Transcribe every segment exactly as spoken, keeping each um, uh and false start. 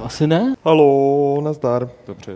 asi ne. Haló, nazdar. Dobře.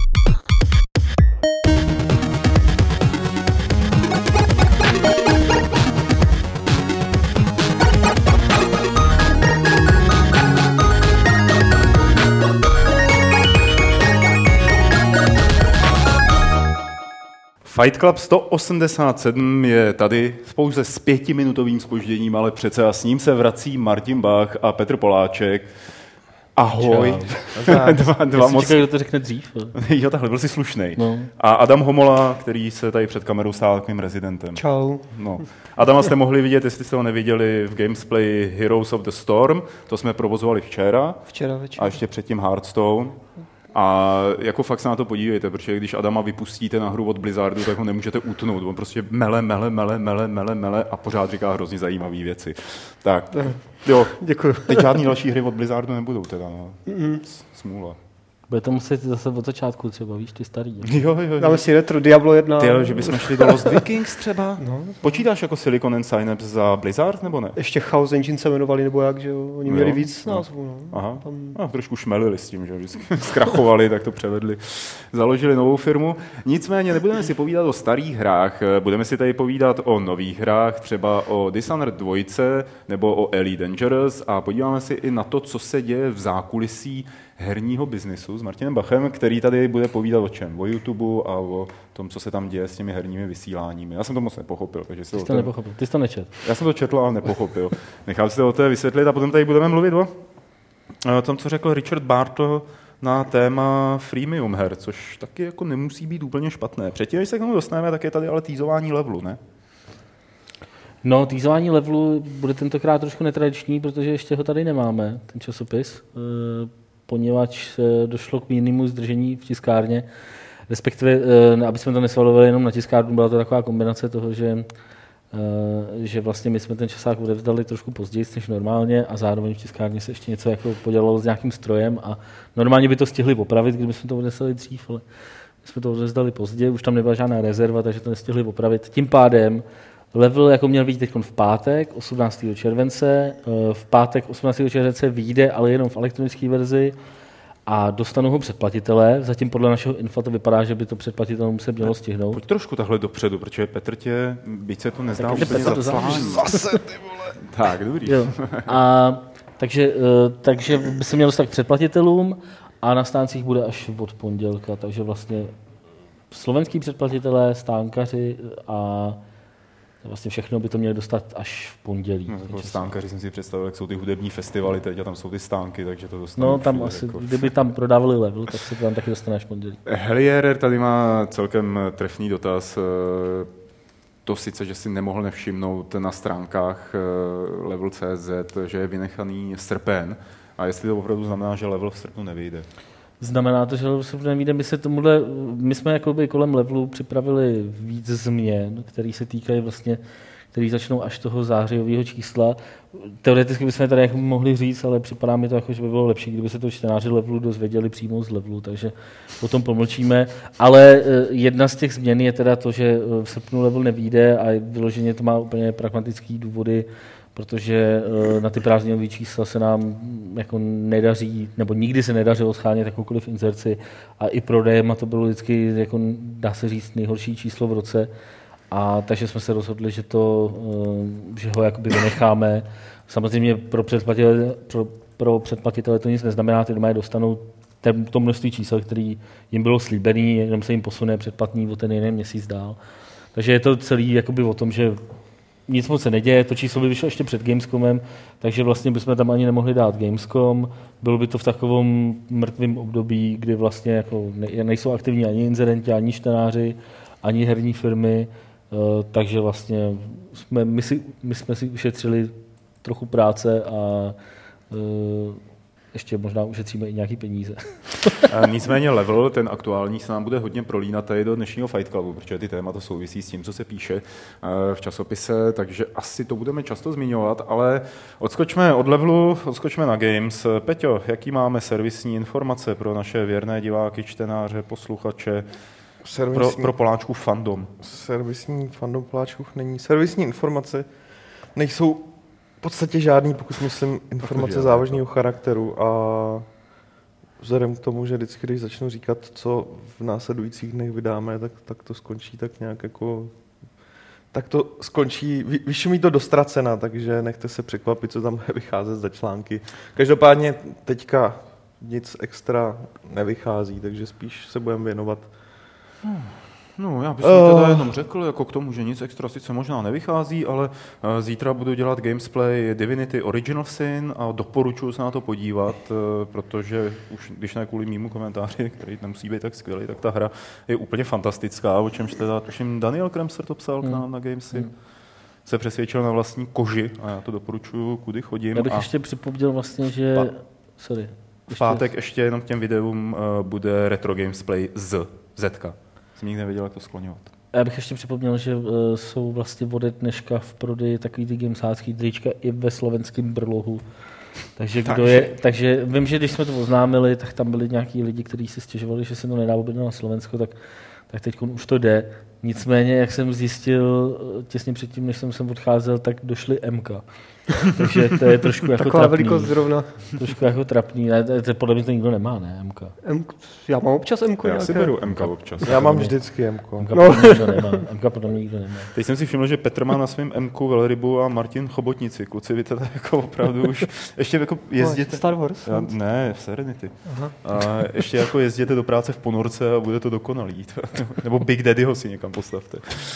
Fight Club sto osmdesát sedm je tady pouze s pětiminutovým zpožděním, ale přece a s ním se vrací Martin Bach a Petr Poláček. Ahoj. dva, dva moc... čekaj, kdo to řekne dřív. Jo, takhle, byl jsi slušnej. No. A Adam Homola, který se tady před kamerou stál takovým rezidentem. Čau. No. Adama jste mohli vidět, jestli jste ho neviděli, v Gamesplay Heroes of the Storm. To jsme provozovali včera. Včera večer. A ještě předtím Hearthstone. A jako fakt se na to podívejte, protože když Adama vypustíte na hru od Blizzardu, tak ho nemůžete utnout. On prostě mele, mele, mele, mele, mele, mele a pořád říká hrozně zajímavé věci. Tak, jo. Děkuju. Teď žádný další hry od Blizzardu nebudou teda, no. Mm-hmm. Smůla. Bude to muset zase od začátku třeba, víš, ty starý. Jo, jo, jo. Dáme si retro Diablo jedna. Tyjo, že bychom šli do Lost Vikings třeba? No. Počítáš jako Silicon and Synapse za Blizzard, nebo ne? Ještě Chaos Engine se jmenovali, nebo jak, že jo? Oni měli jo, víc no. názvů, no. Aha, tam... no, trošku šmelili s tím, že zkrachovali, tak to převedli. Založili novou firmu. Nicméně nebudeme si povídat o starých hrách, budeme si tady povídat o nových hrách, třeba o Dishonored dva nebo o Elite Dangerous a podíváme si i na to, co se děje v zákulisí herního biznisu s Martinem Bachem, který tady bude povídat o čem? O YouTube a o tom, co se tam děje s těmi herními vysíláními. Já jsem to moc nepochopil. Takže Ty jsi to nepochopil, ty jsi to nečet. Já jsem to četl, ale nepochopil. Nechám si to o té vysvětlit a potom tady budeme mluvit o tom, co řekl Richard Bartle na téma freemium her, což taky jako nemusí být úplně špatné. Předtím, když se k tomu dostaneme, tak je tady ale týzování levelu, ne? No, týzování levelu bude tentokrát trošku netradiční, protože ještě ho tady nemáme, ten časopis, poněvadž došlo k mírnému zdržení v tiskárně, respektive, aby jsme to nesvalovali jenom na tiskárnu, byla to taková kombinace toho, že, že vlastně my jsme ten časák odevzdali trošku později než normálně a zároveň v tiskárně se ještě něco jako podělalo s nějakým strojem a normálně by to stihli opravit, kdyby jsme to odevzdali dřív, ale my jsme to odevzdali později, už tam nebyla žádná rezerva, takže to nestihli opravit. Tím pádem level jako měl být teď v pátek, osmnáctého července. V pátek osmnáctého července vyjde, ale jenom v elektronické verzi a dostanou ho předplatitelé. Zatím podle našeho info to vypadá, že by to předplatitelům se mělo stihnout. Pojď trošku tahle dopředu, protože Petr tě, byť se to nezdá úplně zaclání. Zase, ty vole. Tak, dobrý. Jo. A, takže, takže by se mělo dostat k předplatitelům a na stáncích bude až od pondělka. Takže vlastně slovenský předplatitelé, stánkaři a vlastně všechno by to měli dostat až v pondělí. No, jako stánkaři jsem si představil, jak jsou ty hudební festivaly teď a tam jsou ty stánky, takže to dostanou. No tam asi, jako... kdyby tam prodávali level, tak se to tam taky dostane až v pondělí. Helierer tady má celkem trefný dotaz. To sice, že si nemohl nevšimnout na stránkách level tečka cé zet, že je vynechaný srpen. A jestli to opravdu znamená, že level v srpnu nevyjde? Znamená to, že level v srpnu nevyjde. My, se tomuhle, my jsme jakoby kolem levelu připravili víc změn, které se týkají vlastně, který začnou až toho zářijového čísla. Teoreticky bychom tady jako mohli říct, ale připadá mi to jako, že by bylo lepší, kdyby se to čtenáři levelu dozvěděli přímo z levelu, takže o tom pomlčíme. Ale jedna z těch změn je teda to, že v srpnu level nevyjde a vyloženě to má úplně pragmatické důvody, protože na ty prázdninové čísla se nám jako nedaří, nebo nikdy se nedařilo schánět jakoukoliv inzerci a i prodejem a to bylo vždycky, jako dá se říct, nejhorší číslo v roce. A takže jsme se rozhodli, že, to, že ho jakoby vynecháme. Samozřejmě pro předplatitele, pro, pro předplatitele to nic neznamená, ty doma je dostanou ten, to množství čísel, který jim bylo slíbený, jenom se jim posune předplatný o ten jeden měsíc dál. Takže je to celý jakoby o tom, že nic moc se neděje, to číslo by vyšlo ještě před Gamescomem, takže vlastně bychom tam ani nemohli dát Gamescom. Bylo by to v takovém mrtvém období, kdy vlastně jako nejsou aktivní ani inzerenti, ani čtenáři, ani herní firmy, takže vlastně jsme, my, si, my jsme si ušetřili trochu práce a ještě možná ušetříme i nějaký peníze. Nicméně level, ten aktuální, se nám bude hodně prolínat tady do dnešního Fight Clubu, protože ty témata souvisí s tím, co se píše v časopise, takže asi to budeme často zmiňovat, ale odskočme od levelu, odskočme na Games. Peťo, jaký máme servisní informace pro naše věrné diváky, čtenáře, posluchače, pro, pro Poláčkův fandom? Servisní fandom Poláčkův není. Servisní informace nejsou v podstatě žádný, pokud myslím, informace závažného charakteru a vzhledem k tomu, že vždycky, když začnu říkat, co v následujících dnech vydáme, tak, tak to skončí tak nějak jako... Tak to skončí, vy, vyšumí to do ztracena, takže nechte se překvapit, co tam bude vycházet za články. Každopádně teďka nic extra nevychází, takže spíš se budeme věnovat. Hmm. No, já bych uh. teda jenom řekl, jako k tomu, že nic extra sice možná nevychází, ale uh, zítra budu dělat gamesplay Divinity Original Sin a doporučuji se na to podívat, uh, protože už když ne kvůli mýmu komentáři, který nemusí být tak skvělý, tak ta hra je úplně fantastická, o čemž teda, tuším, Daniel Kremser to psal hmm. na, na Gamesy. Hmm. Se přesvědčil na vlastní koži a já to doporučuji, kudy chodím. Já bych a ještě připomněl vlastně, že... Pa... Sorry. V pátek ještě jenom k těm videům uh, bude retro gamesplay z Zetka. Jsem nikdy nevěděl, jak to skloňovat. Já bych ještě připomněl, že uh, jsou vlastně ode dneška v prodeji takový ty gamesácký trička i ve slovenském Brlohu. Takže, kdo takže. Je, takže vím, že když jsme to oznámili, tak tam byli nějaký lidi, kteří si stěžovali, že se to nedá objednat na Slovensko, tak, tak teď už to jde. Nicméně, jak jsem zjistil těsně předtím, než jsem sem odcházel, tak došly M K. Takže to je trošku jako taková trapný. velikost zrovna. Trošku jako trapný. Podle mě to nikdo nemá, ne? M K. M K. Já mám občas M K. Já si beru M K občas. Já mám vždycky M K. M K no. podle mě nemá. M K podle mě nikdo nemá. Teď jsem si všiml, že Petr má na svém M K velrybu a Martin chobotnici. Kluci, vy teda jako opravdu už ještě jako jezdíte... Star Wars? Já, ne, Serenity. Aha. A ještě jako jezdíte do práce v ponorce a bude to dokonalý. Nebo Big Daddyho si někam postavte.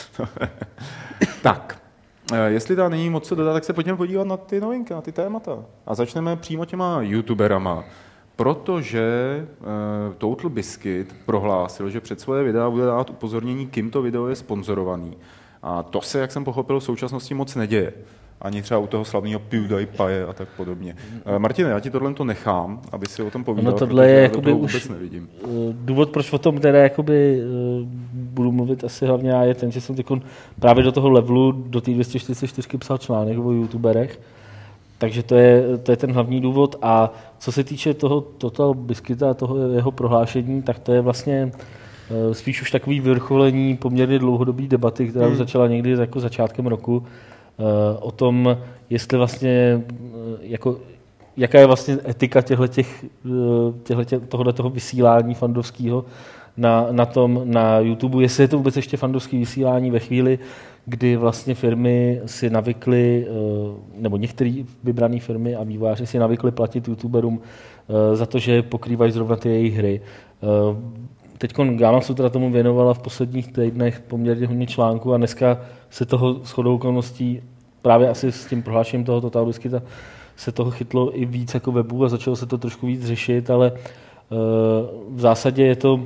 Tak. Jestli tam není moc co dodat, tak se pojďme podívat na ty novinky, na ty témata. A začneme přímo těma youtuberama. Protože uh, Total Biscuit prohlásil, že před svoje videa bude dát upozornění, kým to video je sponzorovaný. A to se, jak jsem pochopil, v současnosti moc neděje. Ani třeba u toho slavného PewDiePie a tak podobně. Uh, Martine, já ti tohle to nechám, aby si o tom povídal, no tohle je já jakoby to vůbec už nevidím. Důvod, proč o tom teda jakoby, uh, budu mluvit asi hlavně já, je ten, že jsem právě do toho levelu, do té dvě stě čtyřicet čtyři psal článek o youtuberech. Takže to je, to je ten hlavní důvod. A co se týče toho Total Biscuita a toho jeho prohlášení, tak to je vlastně uh, spíš už takový vyvrcholení poměrně dlouhodobý debaty, která hmm. začala někdy jako začátkem roku, uh, o tom, jestli vlastně, uh, jako, jaká je vlastně etika tohoto vysílání fandovského na, na tom, na YouTube, jestli je to vůbec ještě fandovské vysílání ve chvíli, kdy vlastně firmy si navykly, nebo některé vybrané firmy a vývojáři si navykli platit youtuberům za to, že pokrývají zrovna ty jejich hry. Teď Gáma Sutra tomu věnovala v posledních týdnech poměrně hodně článků a dneska se toho shodou okolností právě asi s tím prohlášením toho Total Biscuita se toho chytlo i víc jako webů a začalo se to trošku víc řešit, ale v zásadě je to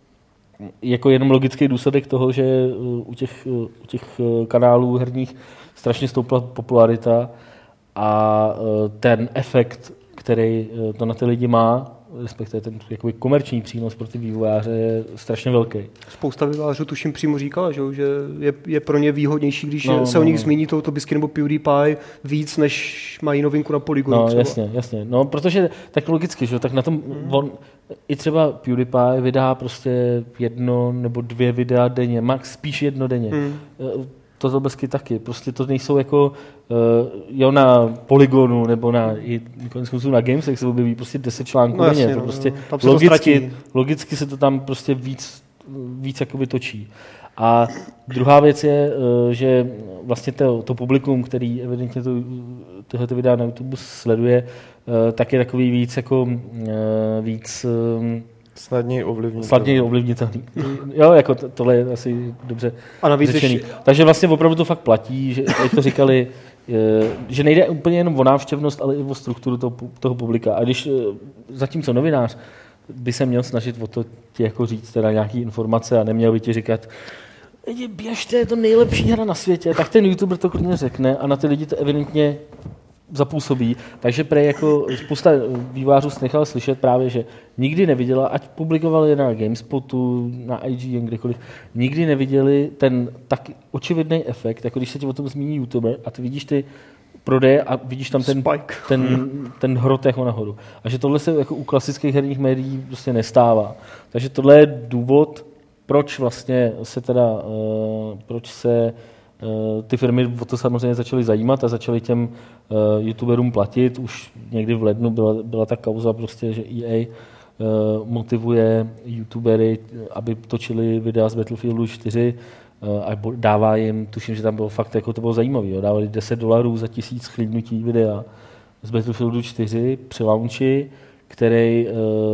jako jenom logický důsledek toho, že u těch, u těch kanálů herních strašně stoupla popularita a ten efekt, který to na ty lidi má, respektive ten jakoby komerční přínos pro ty vývojáře je strašně velký. Spousta vývojářů tuším přímo říkala, že je, je pro ně výhodnější, když no, se no, o nich no. zmíní Total Biscuit nebo PewDiePie víc, než mají novinku na Polygonu. No třeba. jasně, jasně. No, protože tak logicky, že tak na tom hmm. on, i třeba PewDiePie vydá prostě jedno nebo dvě videa denně, max spíš jedno denně. Hmm. Total Biscuit taky. Prostě to nejsou jako uh, jo, na Polygonu nebo na, i, konec konců na Gamesech se objeví prostě deset článků no, denně. jasně, To no, prostě no, se logicky, to logicky se to tam prostě víc, víc jakoby točí. A druhá věc je, uh, že vlastně to, to publikum, který evidentně to, tyhle videa na YouTube sleduje, uh, tak je takový víc jako uh, víc um, Snadněji ovlivnitelný. Snadněji ovlivnitelný. Jo, jako to, tohle je asi dobře a navíc řečený. Ještě... Takže vlastně opravdu to fakt platí, že jak to říkali, že nejde úplně jenom o návštěvnost, ale i o strukturu toho, toho publika. A když zatímco novinář by se měl snažit o to ti jako říct teda nějaký informace a neměl by ti říkat běžte, je to nejlepší hra na světě, tak ten YouTuber to klidně řekne a na ty lidi to evidentně zapůsobí. Takže prej jako spousta vývojářů nechal slyšet právě, že nikdy neviděla, ať publikovali na GameSpotu, na I G N, kdekoliv, nikdy neviděli ten tak očividný efekt, jako když se ti o tom zmíní YouTuber a ty vidíš ty prodeje a vidíš tam ten, ten, ten hrot jako nahoru. A že tohle se jako u klasických herních médií prostě nestává. Takže tohle je důvod, proč vlastně se teda, uh, proč se ty firmy o to samozřejmě začaly zajímat a začaly těm uh, youtuberům platit. Už někdy v lednu byla, byla ta kauza, prostě, že E A motivuje youtubery, aby točili videa z Battlefieldu čtyři a dává jim, tuším, že tam bylo fakt, jako to bylo zajímavé, jo, dávali deset dolarů za tisíc schlídnutí videa z Battlefieldu čtyři při launchi, který,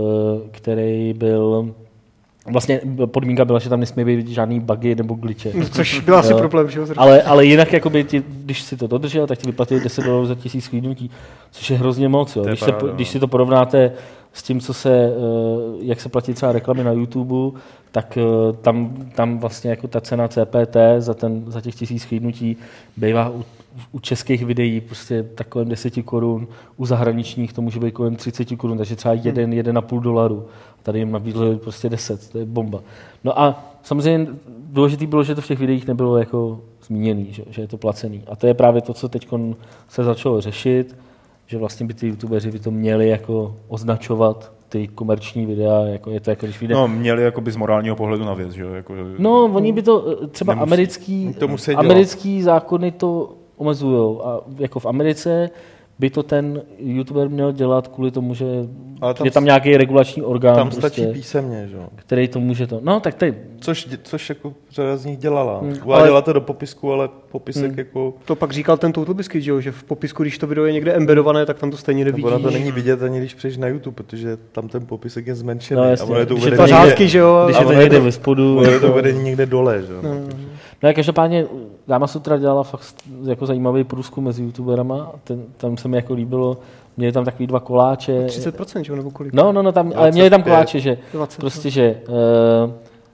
který byl vlastně podmínka byla, že tam nesmí být žádný bugy nebo glitche. Což byl asi problém, že jo? Ale, ale jinak, jakoby ti, když si to dodržel, tak ti vyplatí deset dolarů za tisíc schlídnutí, což je hrozně moc. Jo. Když, paráda, se, když si to porovnáte s tím, co se, jak se platí třeba reklamy na YouTube, tak tam, tam vlastně jako ta cena C P T za, ten, za těch tisíc schlídnutí bývá u, u českých videí prostě tak kolem deset korun, u zahraničních to může být kolem třicet korun, takže třeba jeden, jeden a půl dolaru. Tady jim nabídli prostě deset, to je bomba. No a samozřejmě důležité bylo, že to v těch videích nebylo jako zmíněný, že, že je to placený. A to je právě to, co teď se začalo řešit, že vlastně by ty youtubeři by to měli jako označovat ty komerční videa, jako je to jako když vyjde. No, měli jako by z morálního pohledu na věc, že jo? Jako, no, oni by to, třeba nemusí. americký, to americký zákony to omezujou a jako v Americe by to ten youtuber měl dělat kvůli tomu, že tam je tam nějaký regulační orgán. Tam prostě, stačí písemně, že jo? Který to může to. No, tak tady. Což, což jako řada z nich dělala. Hmm. Uváděla ale to do popisku, ale popisek hmm. jako... To pak říkal ten Total Biscuit, že jo? Že v popisku, když to video je někde embedované, tak tam to stejně nevidíš. Nebo na to není vidět ani když přejdeš na YouTube, protože tam ten popisek je zmenšený. No, jasně. A je to když je to řádky, že jo? Když je to někde ve spodu. Je to uvedení někde dole, že jo? No, no každopádně Gamasutra dělala fakt jako zajímavý průzkum mezi youtuberama. Ten, tam se mi jako líbilo, měli tam takový dva koláče. třicet procent, že jo, nebo kolik? No, no, no, tam, ale měli tam koláče, že dvacet, prostě, že uh,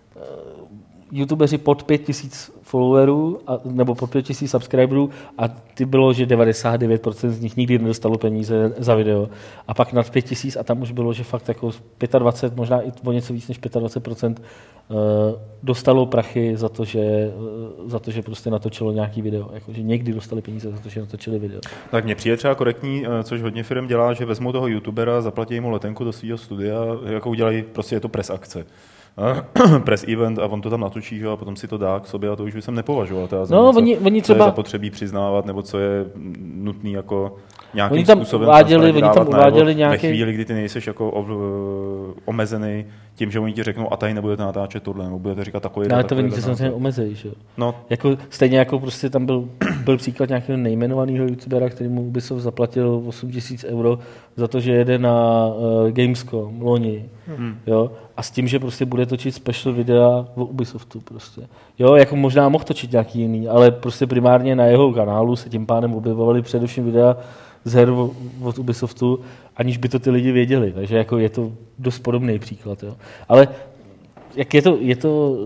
youtubeři pod pět tisíc followerů, a, nebo pod pět tisíc subscriberů a ty bylo, že devadesát devět procent z nich nikdy nedostalo peníze za video. A pak nad pět tisíc a tam už bylo, že fakt jako dvacet pět, možná i o něco víc než dvacet pět procent uh, dostalo prachy za to, že, uh, za to, že prostě natočilo nějaký video. Jako, že někdy dostali peníze za to, že natočili video. Tak mně přijde třeba korektní, což hodně firm dělá, že vezmou toho youtubera, zaplatí mu letenku do svého studia, jako udělají, prostě je to press akce. press event a on to tam natočí, že? A potom si to dá k sobě a to už jsem nepovažoval. Teda za no, něco, oni, oni třeba... co je zapotřebí přiznávat, nebo co je nutný jako nějakým oni tam způsobem uváděli, oni tam uváděli nějaký... ve chvíli, kdy ty nejseš jako ov, omezený tím, že oni ti řeknou a tady nebudete natáčet tohle, nebo budete říkat takový. No, ale to oni se samozřejmě omezejí, že jo. No. Jako, stejně jako prostě tam byl, byl příklad nějakého nejmenovaného youtubera, který mu Ubisoft zaplatil osm tisíc euro za to, že jede na uh, Gamescom loni. Hmm. Jo? A s tím, že prostě bude točit special videa o Ubisoftu prostě. Jo, jako možná mohl točit nějaký jiný, ale prostě primárně na jeho kanálu se tím pádem objevovaly především videa z her od Ubisoftu, aniž by to ty lidi věděli. Takže jako je to dost podobný příklad. Jo. Ale jak je to, je to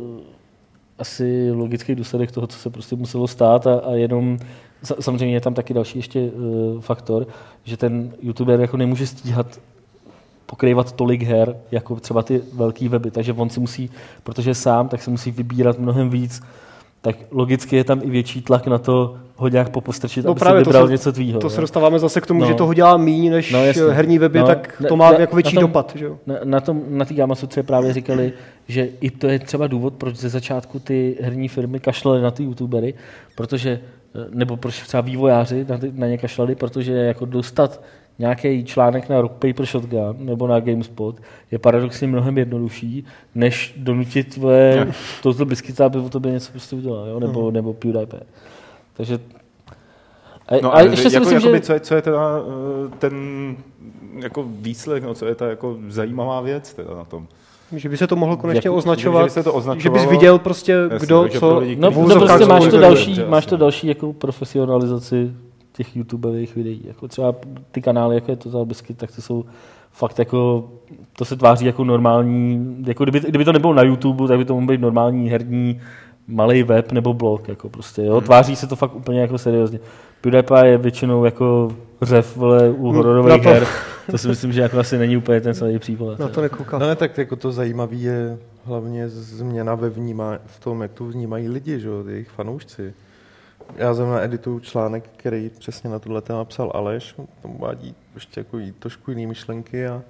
asi logický důsledek toho, co se prostě muselo stát a, a jenom samozřejmě je tam taky další ještě uh, faktor, že ten youtuber jako nemůže stíhat pokrývat tolik her, jako třeba ty velký weby, takže on si musí, protože sám, tak se musí vybírat mnohem víc, tak logicky je tam i větší tlak na to ho nějak popostrčit, no aby si vybral se, něco tvýho. To jo. Se dostáváme zase k tomu, no. že toho dělá míň než no, herní weby, no, tak to má na, jako větší na tom, dopad. Že jo? Na, na, tom, na té Gamasutře právě říkali, že i to je třeba důvod, proč ze začátku ty herní firmy kašlaly na ty youtubery, protože, nebo proč třeba vývojáři na, ty, na ně kašlali, protože jako dostat nějaký článek na Rock Paper Shotgun nebo na GameSpot je paradoxně mnohem jednodušší, než donutit tvoje Total Biscuita, aby o tobě něco prostě udělal, jo? Nebo, mm. nebo PewDiePie. Takže a, no, a ještě si myslím, jakoby, že... Co je, co je teda ten jako výsledek, no, co je ta jako zajímavá věc teda na tom? Že by se to mohlo konečně jak, označovat, že, by to že bys viděl prostě, jasný, kdo, co... Lidi, no, no prostě máš to další, máš to další jako profesionalizaci těch YouTubeových videí. Jako třeba ty kanály, jako je Total Biscuit, tak to jsou fakt jako, to se tváří jako normální, jako kdyby, kdyby to nebylo na YouTube, tak by to mohl být normální herní malý web nebo blog, jako prostě, jo. Tváří se to fakt úplně jako seriózně. PewDiePie je většinou jako řev, vole, u hororových her. To si myslím, že jako asi není úplně ten celý příklad. Na to nekoukám. No ne, tak jako to zajímavé je hlavně změna ve vnímá, v tom, jak to vnímají lidi, že jo, jejich fanoušci. Já zrovna edituju článek, který přesně na tohle téma napsal Aleš, tam uvádí ještě jako trošku jiný myšlenky a uh,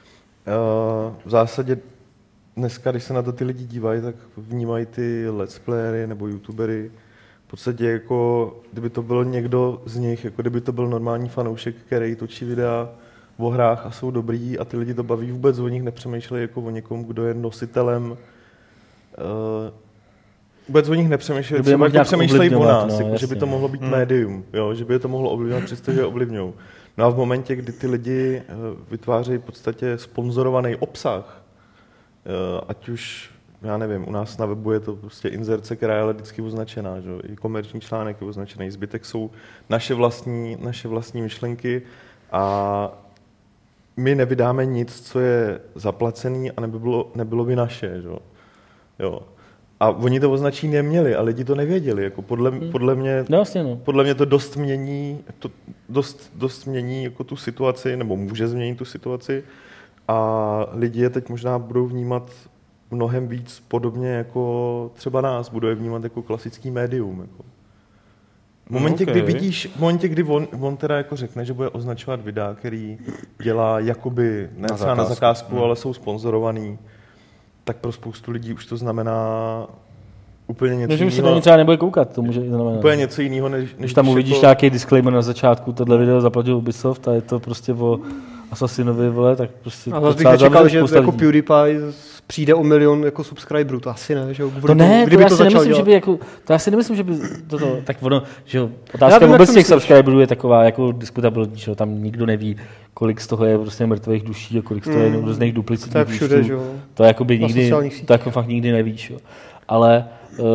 v zásadě dneska, když se na to ty lidi dívají, tak vnímají ty let's playery nebo youtubery v podstatě jako, kdyby to byl někdo z nich, jako kdyby to byl normální fanoušek, který točí videa o hrách a jsou dobrý a ty lidi to baví, vůbec o nich nepřemýšlejí jako o někom, kdo je nositelem. Uh, vůbec o nich nepřemýšlejí, třeba jako přemýšlejí o nás, no, jako, že by to mohlo být hmm. médium, jo, že by je to mohlo ovlivňovat, přestože je ovlivňují. No a v momentě, kdy ty lidi vytvářejí v podstatě sponzorovaný obsah, ať už, já nevím, u nás na webu je to prostě inzerce, která je ale vždycky označená, že? I komerční článek je označený, zbytek jsou naše vlastní, naše vlastní myšlenky a my nevydáme nic, co je zaplacený a nebylo, nebylo by naše. Že? Jo. A oni to označení neměli a lidi to nevěděli. Jako podle, hmm. podle, mě, no, vlastně no. podle mě to dost mění, to dost, dost mění jako tu situaci, nebo může změnit tu situaci. A lidi je teď možná budou vnímat mnohem víc podobně jako třeba nás, budou je vnímat jako klasický médium. Jako. V momentě, okay. kdy vidíš, v momentě, kdy on, on teda jako řekne, že bude označovat videa, který dělá jakoby, ne na zakázku, na zakázku hmm. ale jsou sponzorovaný, tak pro spoustu lidí už to znamená úplně něco jiného. Že se to třeba nebude koukat, to může znamenat. Úplně něco jiného, než, než když tam uvidíš jako... nějaký disclaimer na začátku, tohle video zaplatil Ubisoft a je to prostě o Assassinovi, vole, tak prostě... A zase bych nečekal, že jako PewDiePie přijde o milion jako subscriberů, to asi ne, že jo? To ne, kdyby to, já to si nemyslím, dělat. Že by jako, to já si nemyslím, že by toto, tak ono, že jo, otázka vůbec těch subscriberů je taková jako diskutabilní, že jo, tam nikdo neví, kolik z toho je prostě mrtvých duší a kolik z toho je mm. různých duplicitních duší. To je všude, že jo. To jakoby nikdy, to jako fakt nikdy nevíš, jo. Ale uh,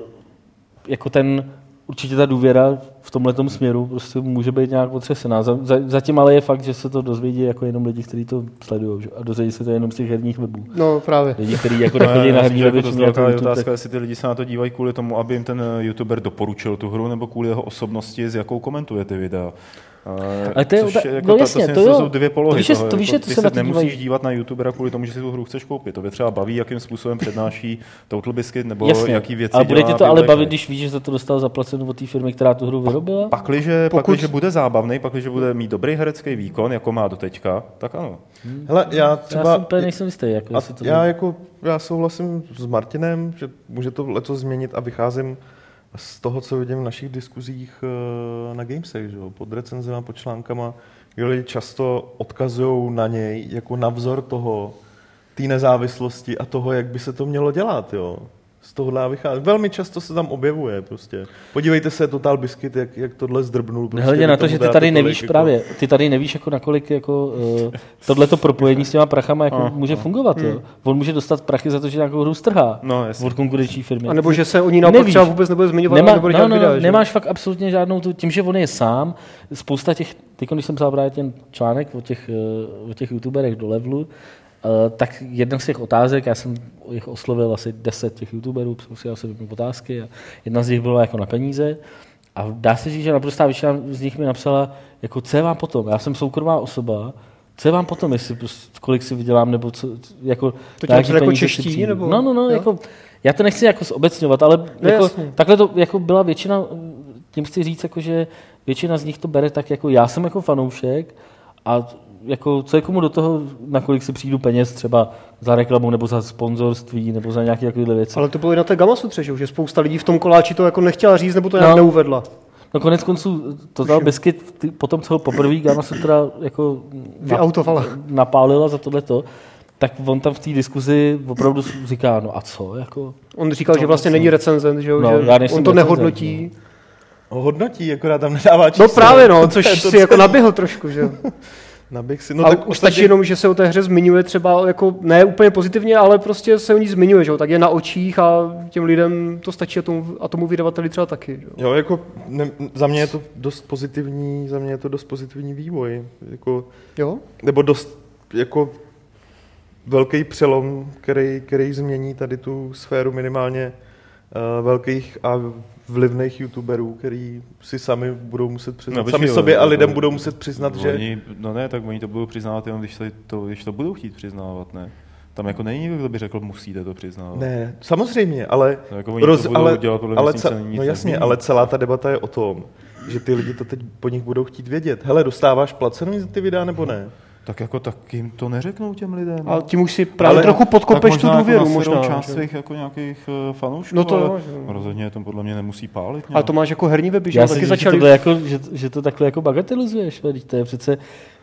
jako ten, určitě ta důvěra v tomhletom směru prostě může být nějak otřesená. Zatím ale je fakt, že se to dozvědí jako jenom lidi, kteří to sledují, a dozvědí se to jenom z těch herních webů. No právě. Lidi, kteří jako nechodí na herní weby. To je jako otázka, jestli ty lidi se na to dívají kvůli tomu, aby jim ten youtuber doporučil tu hru, nebo kvůli jeho osobnosti, s jakou komentuje ty videa. Ale to je, což je, jako no ta, jasně, to, to, to jsou dvě polohy. To víš, toho, to víš, jako, to ty se se nemusíš dívají. dívat na youtubera kvůli tomu, že si tu hru chceš koupit. To by třeba baví, jakým způsobem přednáší Total Biscuit, nebo jasně, jaký věci ale bude dělá. tě to ale bavit, když víš, že za to dostal zaplaceno od té firmy, která tu hru vyrobila? Pakliže, Pokud... pakliže bude zábavný, pakliže bude mít dobrý herecký výkon, jako má doteďka, tak ano. Hmm. Hele, já třeba... Já jsem úplně nejsem jistý. Jako, to já, jako, já souhlasím s Martinem, že může to letos změnit a vycházím z toho, co vidím v našich diskuzích na Gamesech, že? Pod recenzema, pod článkama, kdy lidi často odkazují na něj jako na vzor toho, té nezávislosti a toho, jak by se to mělo dělat. Jo? Z tohohle vychází. Velmi často se tam objevuje. Prostě. Podívejte se, Total Biscuit, jak, jak tohle zdrbnul. Prostě, Nehledě na to, že ty tady nevíš jako... právě, ty tady nevíš, jako nakolik jako, uh, tohleto propojení s těma prachama jako uh, může uh, fungovat. Uh. Jo? On může dostat prachy za to, že nějakou hru strhá no, od konkurenční firmy. A nebo že se o ní naopak třeba vůbec nebude zmiňovat. Nemá, nebo no, no, videa, nemáš fakt absolutně žádnou, tu, tím, že on je sám, spousta těch, teď když jsem psal právě ten článek o těch, uh, o těch youtuberech do levelu, Uh, tak jedna z těch otázek, já jsem jich oslovil asi deset těch youtuberů, posílal jsem jim otázky a jedna z nich byla jako na peníze a dá se říct, že naprostá většina z nich mi napsala, jako co je vám potom, já jsem soukromá osoba, co je vám potom, jestli prostě, kolik si vydělám, nebo co, jako... To tě jako čeští, nebo... No, no, no, jako, já to nechci jako zobecňovat, ale no, jako, takhle to jako byla většina, tím chci říct, jako, že většina z nich to bere tak, jako já jsem jako fanoušek a jako, co je komu do toho, nakolik si přijdu peněz třeba za reklamu nebo za sponzorství nebo za nějaké takovéhle věci. Ale to bylo i na té Gamasutře, že spousta lidí v tom koláči to jako nechtěla říct nebo to nějak no, neuvedla. No konec konců Total Biscuit, potom co ho poprvé Gamasutra jako vyautovala, napálila za tohleto, tak on tam v té diskuzi opravdu říká, no a co? Jako, on říkal, no, že vlastně není recenzent, že, no, že on to nehodnotí. No. Hodnotí, akorát tam nedává číslo. No právě no, což si jako naběhl trošku, že jo. Si, no a tak už stačí jenom, že se o té hře zmiňuje třeba jako ne úplně pozitivně, ale prostě se o ní zmiňuje, že jo, tak je na očích a těm lidem to stačí a tomu, a tomu vydavateli třeba taky. Jo, jo jako ne, za mě je to dost pozitivní, za mě je to dost pozitivní vývoj, jako, jo? Nebo dost jako velký přelom, který, který změní tady tu sféru minimálně uh, velkých a vlivných youtuberů, který si sami budou muset přiznat, no, sami sobě a lidem budou muset přiznat, oni, že... No ne, tak oni to budou přiznávat jenom, když, se to, když to budou chtít přiznávat, ne? Tam jako není nikdo, kdo by řekl, musíte to přiznávat. Ne, samozřejmě, ale... No, jako roz, to ale, dělat, podle ale mě, ce, no jasně, nezmění. Ale celá ta debata je o tom, že ty lidi to teď po nich budou chtít vědět. Hele, dostáváš placenou za ty videa nebo ne? Tak jako tak jim to neřeknou těm lidem. Ale tím už si právě ale trochu podkopeš tu důvěru. Jako možná část svých jako nějakých uh, fanoušků, no to, ale no, rozhodně to podle mě nemusí pálit. Ale to máš jako herní weby, že? Já si taky začali... že, to jako, že, že to takhle jako bagatelizuješ. To je přece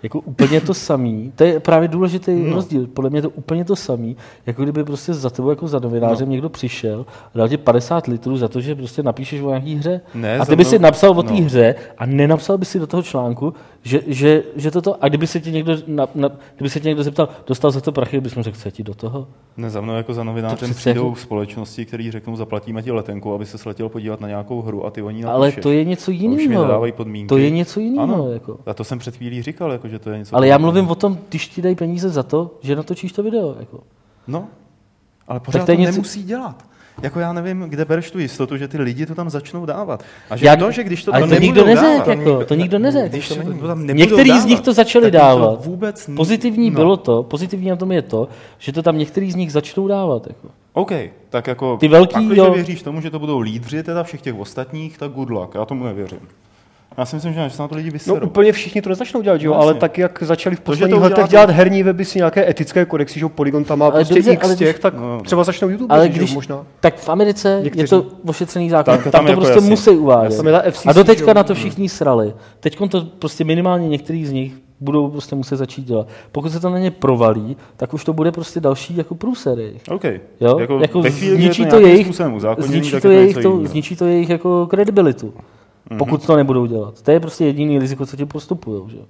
jako úplně to samý. To je právě důležitý No. rozdíl. Podle mě je to úplně to samý, jako kdyby prostě za tebou jako za novinářem No. někdo přišel a dal ti padesát litrů za to, že prostě napíšeš o nějaký hře. Ne, a za ty by mnou- si napsal o té no. hře a nenapsal by si do toho článku, že, že, že toto, a kdyby se ti někdo, na, na, kdyby se ti někdo zeptal, dostal za to prachy, bys mu řekl, co je ti do toho? Ne, za mnou jako za To novinářem přece přijdou jako- společnosti, který řeknou, zaplatíme ti letenku, aby se letěl podívat na nějakou hru a ty o ní Ale napíšeš. to je něco A už mi jiného. nedávají podmínky. To je něco jiného. Ano. Jako. A to jsem před chvílí říkal, jako, že to je něco... Ale já podobného. mluvím o tom, když ti dají peníze za to, že natočíš to video. Jako. No, ale pořád to to je něco- nemusí dělat. Jako já nevím, kde bereš tu jistotu, že ty lidi to tam začnou dávat. A že Jak- to, že když to ale tam to nikdo nebudou neřekl, dávat, jako, to nikdo neřekl. Když To to, není- to tam nebudou Některý dávat, z nich to začali tak jim to dávat. Vůbec n- Pozitivní no. bylo to, pozitivní na tom je to, že to tam některý z nich začnou dávat. Jako. OK, tak jako Ty velký, pak, když jo. věříš tomu, že to budou lídři teda všech těch ostatních, tak good luck. Já tomu nevěřím. Já si myslím, že se na to lidi No vyserou. úplně všichni to nezačnou dělat, že jo, No, ale jasně. tak jak začali v To, že to posledních udělá letech to- dělat herní weby si nějaké etické kodexy, že jo, Polygon tam má Ale prostě dobře, x ale když- těch, tak no. třeba začnou YouTube, Ale že když, jo, možná. tak v Americe je Někteří. to ošetřený zákon, Tak, tam, tam to jako prostě jasně. musí uvádět. Tam je ta F C C, A doteďka že jo. na to všichni srali. Teď to prostě minimálně některý z nich budou prostě muset začít dělat. Pokud se to na ně provalí, tak už to bude prostě další jako průsery. OK. Jo? Jako, Jako ve chvíli, kdy je zničí to to nějakým jejich- způsobem uzákoněný, Zničí tak to, je to jejich, něco to, jiného. zničí to jejich jako kredibilitu, Mhm. pokud to nebudou dělat. To je prostě jediný riziko, co ti postupujou. Že?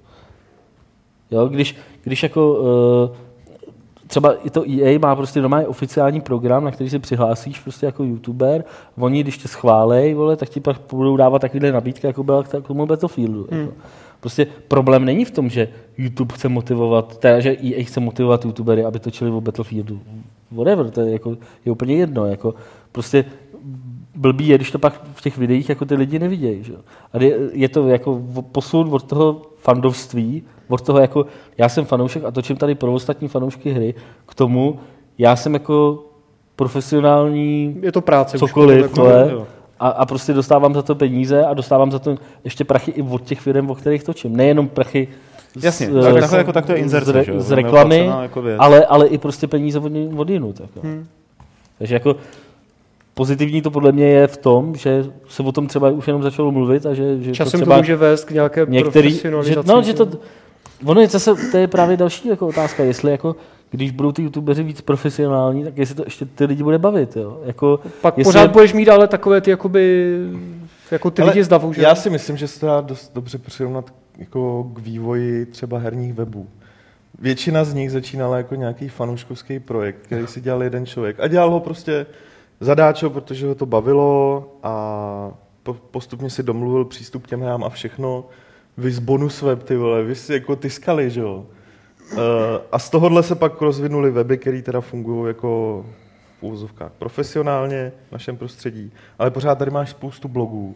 Jo? Když, když jako uh, třeba i to E A má prostě doma oficiální program, na který si přihlásíš prostě jako youtuber, oni když tě schválej, vole, tak ti pak budou dávat takovýhle nabídky, jako byla k tomu Battlefieldu. Hmm. Jako. Prostě problém není v tom, že YouTube chce motivovat, teda, že E A chce motivovat youtubery, aby točili o Battlefieldu. Whatever, to je, jako, je úplně jedno. Jako, prostě blbý je, když to pak v těch videích jako ty lidi nevidějí. Že? A je, je to jako posun od toho fandovství, od toho jako, já jsem fanoušek a točím tady pro ostatní fanoušky hry, k tomu, já jsem jako profesionální Je to práce. už cokoliv, potom, jako- vole, jo. a, a prostě dostávám za to peníze a dostávám za to ještě prachy i od těch firm, o kterých točím. Nejenom prachy z, Jasně, z- tak, z- takhle jako tak to je inzerce, z, re, že jo? z To je reklamy, neoplacená jako věc. ale, ale i prostě peníze od, od jinut. Jako. Hmm. Takže jako pozitivní to podle mě je v tom, že se o tom třeba už jenom začalo mluvit a že, že Časem to to třeba může vést k nějaké některý, že, profesionalizaci. no, že to, ono je zase, to je právě další jako otázka, jestli jako, když budou ty youtubeři víc profesionální, tak jestli to ještě ty lidi bude bavit, jo? Jako, Pak jestli- pořád budeš mít ale takové ty jakoby, jako ty Ale lidi z davu, že? Já si myslím, že se to dá dost dobře přirovnat jako k vývoji třeba herních webů. Většina z nich začínala jako nějaký fanouškovský projekt, který si dělal jeden člověk. A dělal ho prostě zadáčo, protože ho to bavilo a po- postupně si domluvil přístup k těm hrám a všechno. Vys bonus web, ty vole, vys jako tiskali, že jo. Uh, a z tohohle se pak rozvinuly weby, které teda fungují jako v úvozovkách profesionálně v našem prostředí, ale pořád tady máš spoustu blogů,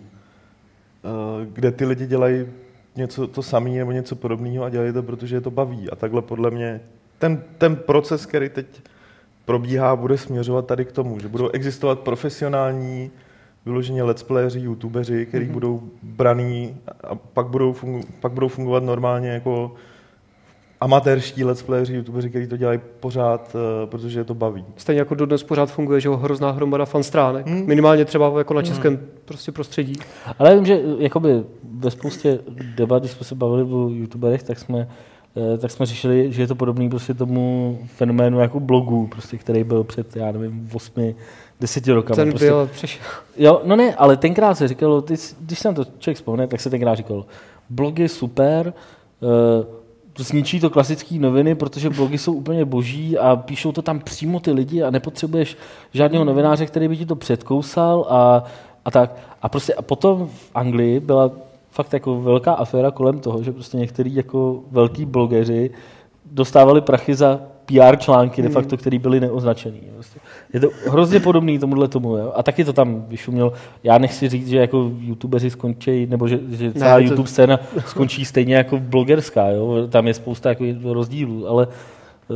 uh, kde ty lidi dělají něco to samé nebo něco podobného a dělají to, protože je to baví. A takhle podle mě ten, ten proces, který teď probíhá, bude směřovat tady k tomu, že budou existovat profesionální vyloženě let's playeři, youtubeři, který mm-hmm. budou braný a pak budou, fungu, pak budou fungovat normálně jako amatérští let's playeři, youtubeři, kteří to dělají pořád, uh, protože je to baví. Stejně jako dodnes pořád funguje, že jo, hrozná hromada fanstránek. Hmm. Minimálně třeba jako na českém hmm. prostě prostředí. Ale já vím, že jakoby ve spoustě debat, když jsme se bavili o youtuberech, tak jsme, eh, tak jsme řešili, že je to podobný prostě tomu fenoménu jako blogu, prostě, který byl před, já nevím, osmi, deseti rokama. Ten prostě, byl přešel. Jo, no ne, ale tenkrát se říkalo, ty, když se na to člověk vzpomene, tak se tenkrát říkalo, blog je super, uh, zničí to klasické noviny, protože blogy jsou úplně boží a píšou to tam přímo ty lidi a nepotřebuješ žádného novináře, který by ti to předkousal a, a tak. A prostě a potom v Anglii byla fakt jako velká aféra kolem toho, že prostě některý jako velký blogeři dostávali prachy za P R články, de facto, které byly neoznačený. Prostě. Je to hrozně podobný tomuhle tomu. Jo? A taky to tam vyšumělo. Já nechci říct, že jako youtubeři skončí, nebo že, že celá Ne, to- YouTube scéna skončí stejně jako blogerská. Jo? Tam je spousta jako rozdílů, ale uh,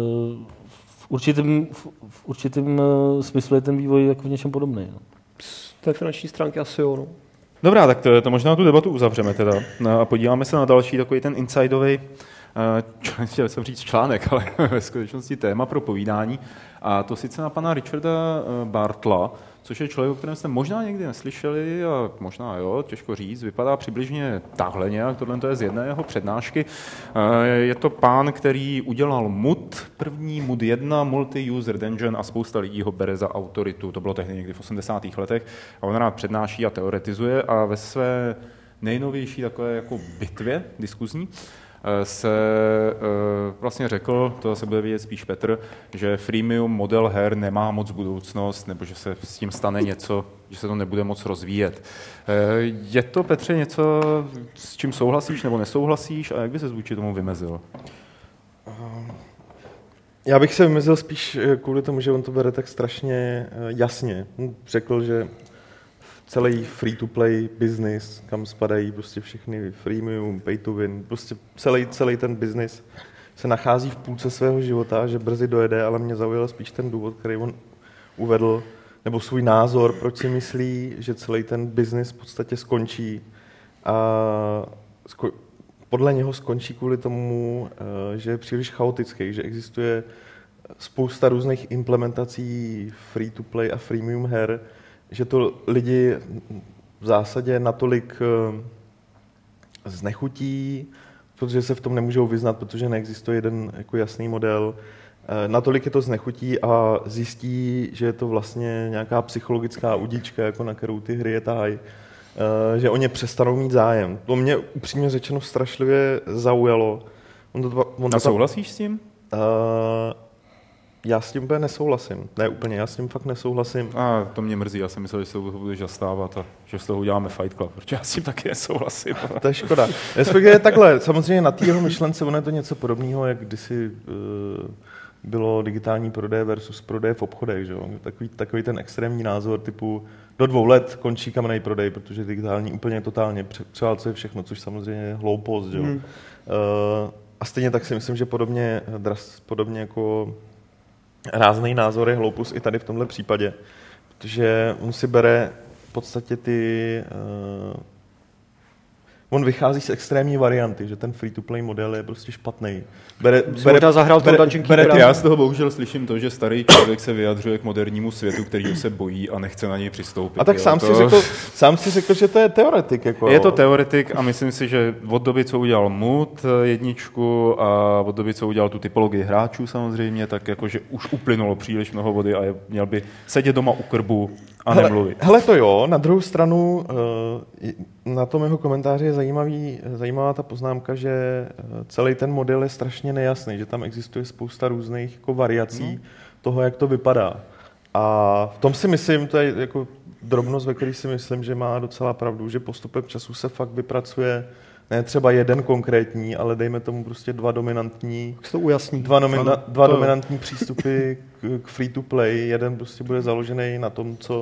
v určitém, v, v určitém uh, smyslu je ten vývoj jako v něčem podobný. No. Z té finanční stránky asi jo, no. Dobrá, tak to, to možná tu debatu uzavřeme teda no, a podíváme se na další takový ten insideový, uh, chtěl jsem říct článek, ale ve skutečnosti téma pro povídání. A to sice na pana Richarda uh, Bartla, což je člověk, o kterém jste možná někdy neslyšeli a možná jo, těžko říct, vypadá přibližně takhle nějak, tohle to je z jedné jeho přednášky. Je to pán, který udělal M U D, první M U D jedna, Multi-User Engine a spousta lidí ho bere za autoritu, to bylo tehdy někdy v osmdesátých letech a on rád přednáší a teoretizuje a ve své nejnovější takové jako bitvě diskuzní se vlastně řekl, to se bude vědět spíš Petr, že freemium model her nemá moc budoucnost, nebo že se s tím stane něco, že se to nebude moc rozvíjet. Je to, Petře, něco, s čím souhlasíš nebo nesouhlasíš a jak by se vůči tomu vymezil? Já bych se vymezil spíš kvůli tomu, že on to bere tak strašně jasně. Řekl, že celý free-to-play business, kam spadají prostě všechny freemium, pay-to-win, prostě celý, celý ten business se nachází v půlce svého života, že brzy dojede, ale mě zaujal spíš ten důvod, který on uvedl, nebo svůj názor, proč si myslí, že celý ten business v podstatě skončí. A sko- podle něho skončí kvůli tomu, že je příliš chaotický, že existuje spousta různých implementací free-to-play a freemium her, že to lidi v zásadě natolik znechutí, protože se v tom nemůžou vyznat, protože neexistuje jeden jako jasný model. Natolik je to znechutí a zjistí, že je to vlastně nějaká psychologická udíčka, jako na kterou ty hry je tahají, že o ně přestanou mít zájem. To mě upřímně řečeno strašlivě zaujalo. On to, on to a souhlasíš s tím? Uh, Já s tím úplně nesouhlasím. Ne úplně, já s tím fakt nesouhlasím. A to mě mrzí, já jsem myslel, že se toho budeš zastávat a že z toho uděláme Fight Club, protože já s tím taky nesouhlasím. To je škoda. Respektive takhle, samozřejmě na té jeho myšlence ono je to něco podobného, jak kdysi uh, bylo digitální prodej versus prodej v obchodech. Že? Takový, takový ten extrémní názor typu do dvou let končí kamenný prodej, protože digitální úplně totálně převálcuje všechno, což samozřejmě je hloupost. Že? Hmm. Uh, a stejně tak si myslím, že podobně, dras, podobně jako rázný názor je hloupost i tady v tomhle případě, protože on si bere v podstatě ty... Uh, on vychází z extrémní varianty, že ten free-to-play model je prostě špatný. Bere, bere, zahrál bere, bere, bere, já z toho bohužel slyším to, že starý člověk se vyjadřuje k modernímu světu, který se bojí a nechce na něj přistoupit. A tak sám, to... si řekl, sám si řekl, že to je teoretik. Jako, je to teoretik a myslím si, že od doby, co udělal M U D jedničku a od doby, co udělal tu typologii hráčů samozřejmě, tak jakože už uplynulo příliš mnoho vody a je, měl by sedět doma u krbu a hele, nemluvit. Hele to jo, na druhou stranu na tom jeho komentáři je zajímavý, zajímavá ta poznámka, že celý ten model je strašně nejasný, že tam existuje spousta různých jako variací hmm. toho, jak to vypadá. A v tom si myslím, to je jako drobnost, ve který si myslím, že má docela pravdu, že postupem času se fakt vypracuje ne třeba jeden konkrétní, ale dejme tomu prostě dva dominantní, to ujasní. dva, nomina, dva to dominantní přístupy k, k free to play. Jeden prostě bude založený na tom, co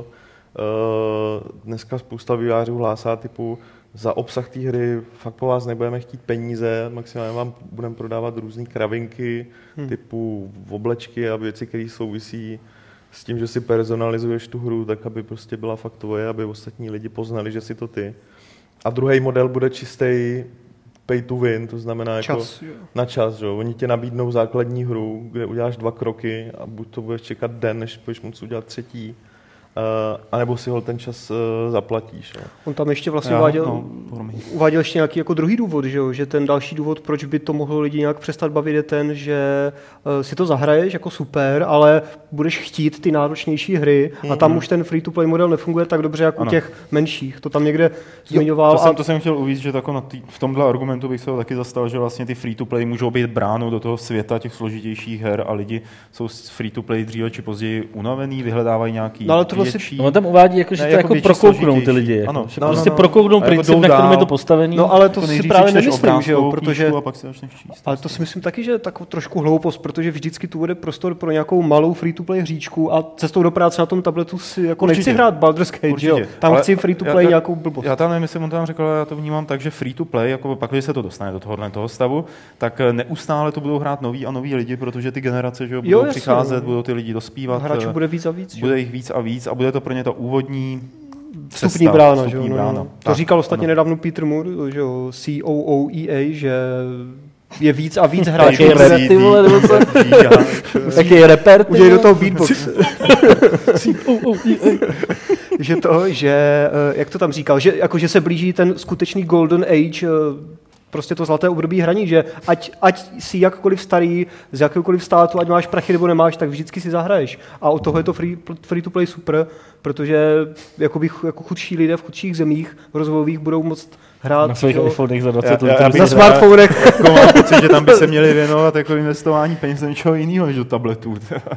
uh, dneska spousta vývojářů hlásá, typu za obsah té hry fakt po vás nebudeme chtít peníze, maximálně vám budeme prodávat různé kravinky, hmm. typu oblečky a věci, které souvisí s tím, že si personalizuješ tu hru, tak aby prostě byla fakt tvoje, aby ostatní lidi poznali, že si to ty. A druhý model bude čistý pay to win, to znamená čas, jako na čas. Že? Oni ti nabídnou základní hru, kde uděláš dva kroky a buď to budeš čekat den, než budeš moct udělat třetí, Uh, anebo si ho ten čas uh, zaplatíš. Jo. On tam ještě vlastně uváděl, no, uváděl ještě nějaký jako druhý důvod, že, jo? Že ten další důvod, proč by to mohlo lidi nějak přestat bavit, je ten, že uh, si to zahraješ jako super, ale budeš chtít ty náročnější hry mm-hmm. a tam už ten free-to-play model nefunguje tak dobře, jako u těch menších. To tam někde zmiňoval. Jo, to, jsem, a... to jsem chtěl uvíct, že tako na tý, v tomhle argumentu bych se ho taky zastal, že vlastně ty free-to-play můžou být bránou do toho světa těch složitějších her a lidi jsou z free-to-play dříve či později unavený, vyhledávají nějaký větší. No, on tam uvádí, jako, že ne, to jako, jako prokouknou ty lidi. Ano, že no, prostě no, no. prokouknou princip, na kterém je to postavený. No ale to si právě nemyslím, že jo, protože... A pak si číst, ale to si myslím taky, že je tak trošku hloupost, protože vždycky tu bude prostor pro nějakou malou free-to-play hříčku a cestou do práce na tom tabletu si jako určitě. Nechci hrát Baldur's Gate, že jo. Tam ale chci free-to-play nějakou blbost. Já tam nevím, jestli on tam řekl, ale já to vnímám tak, že free-to-play, jako pak, když se to dostane do tohohle toho stavu, tak neustále to budou hrát noví a noví lidi, protože ty generace, že jo, budou jo, přicházet, jasně, budou ty lidi dospívat. Hráčů bude víc a víc. Bude jich víc a víc a bude to pro ně ta úvodní vstupní brána, že jo. No, no. To tak, říkal ostatně ano. nedávno Peter Moore, že jo, C O O E A, že je víc a víc hráčů. Jaký rap, ty vole, nebo co? Jaký reper, ty Udělej do vole? toho beatbox. že to, že, jak to tam říkal, že, jako, že se blíží ten skutečný golden age, prostě to zlaté období hraní, že ať, ať jsi jakkoliv starý, z jakéhokoliv státu, ať máš prachy nebo nemáš, tak vždycky si zahraješ. A od toho je to free, free to play super, protože jakoby, jako chudší lidé v chudších zemích rozvojových budou moct hrát na svých iPhonech za dvacet Já- já bych na smartfonech. Jako mám pocit, že tam by se měli věnovat jako investování peněz do něčeho jiného než do tabletů.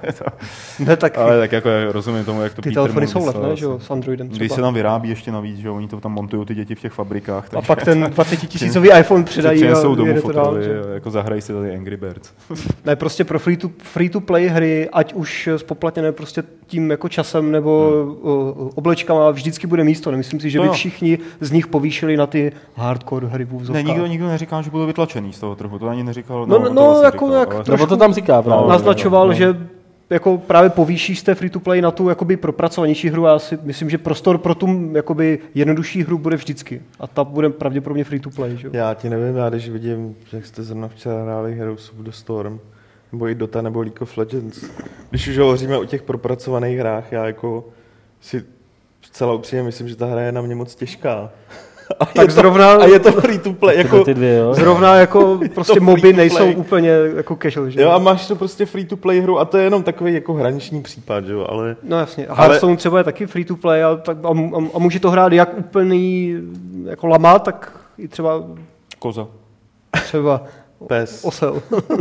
Ne, tak Ale tak jako já rozumím tomu, jak to ty Peter telefony Moore jsou myslel, levné, že jo, asi. s Androidem Když třeba. se tam vyrábí ještě navíc, že jo, oni to tam montují ty děti v těch fabrikách. A takže pak ten dvacetitisícový iPhone přidají přinesou a domů jede to dál. fotely, že? jako zahrají si tady Angry Birds. Ne, prostě pro free to, free to play hry, ať už spoplatněné prostě tím jako časem nebo hmm. oblečkama, vždycky bude místo. Nemyslím si, že by No. všichni z nich povýšili na ty hardcore hry v Ne, úvozovkách. nikdo, nikdo neříká, že budou vytlačený z toho trhu, to ani neříkal. No, no, to no, vlastně jako říkal, nějak ale- trošku- Nebo to tam říká právě. naznačoval, No, no. že jako právě povýšíš z té free to play na tu jakoby propracovanější hru. Já si myslím, že prostor pro tu jakoby jednodušší hru bude vždycky. A ta bude pravděpodobně free to play. Že? Já ti nevím, já když vidím, jak jste zrovna včera hráli Heroes of the Storm, nebo i Dota, nebo League of Legends. Když už hovoříme o těch propracovaných hrách, já jako si zcela upřímně myslím, že ta hra je na mě moc těžká. A Tak je zrovna, to, a je to free to play, Tyhle jako, ty dvě, jo. zrovna jako prostě free moby to nejsou play. úplně jako casual. Že? jo, a máš to prostě free to play hru a to je jenom takový jako hraniční případ, že jo, ale No jasně. A Ale- Hearthstone třeba je taky free to play a, tak, a, a, a může to hrát jak úplný jako lama, tak i třeba, Koza. třeba pes. osel.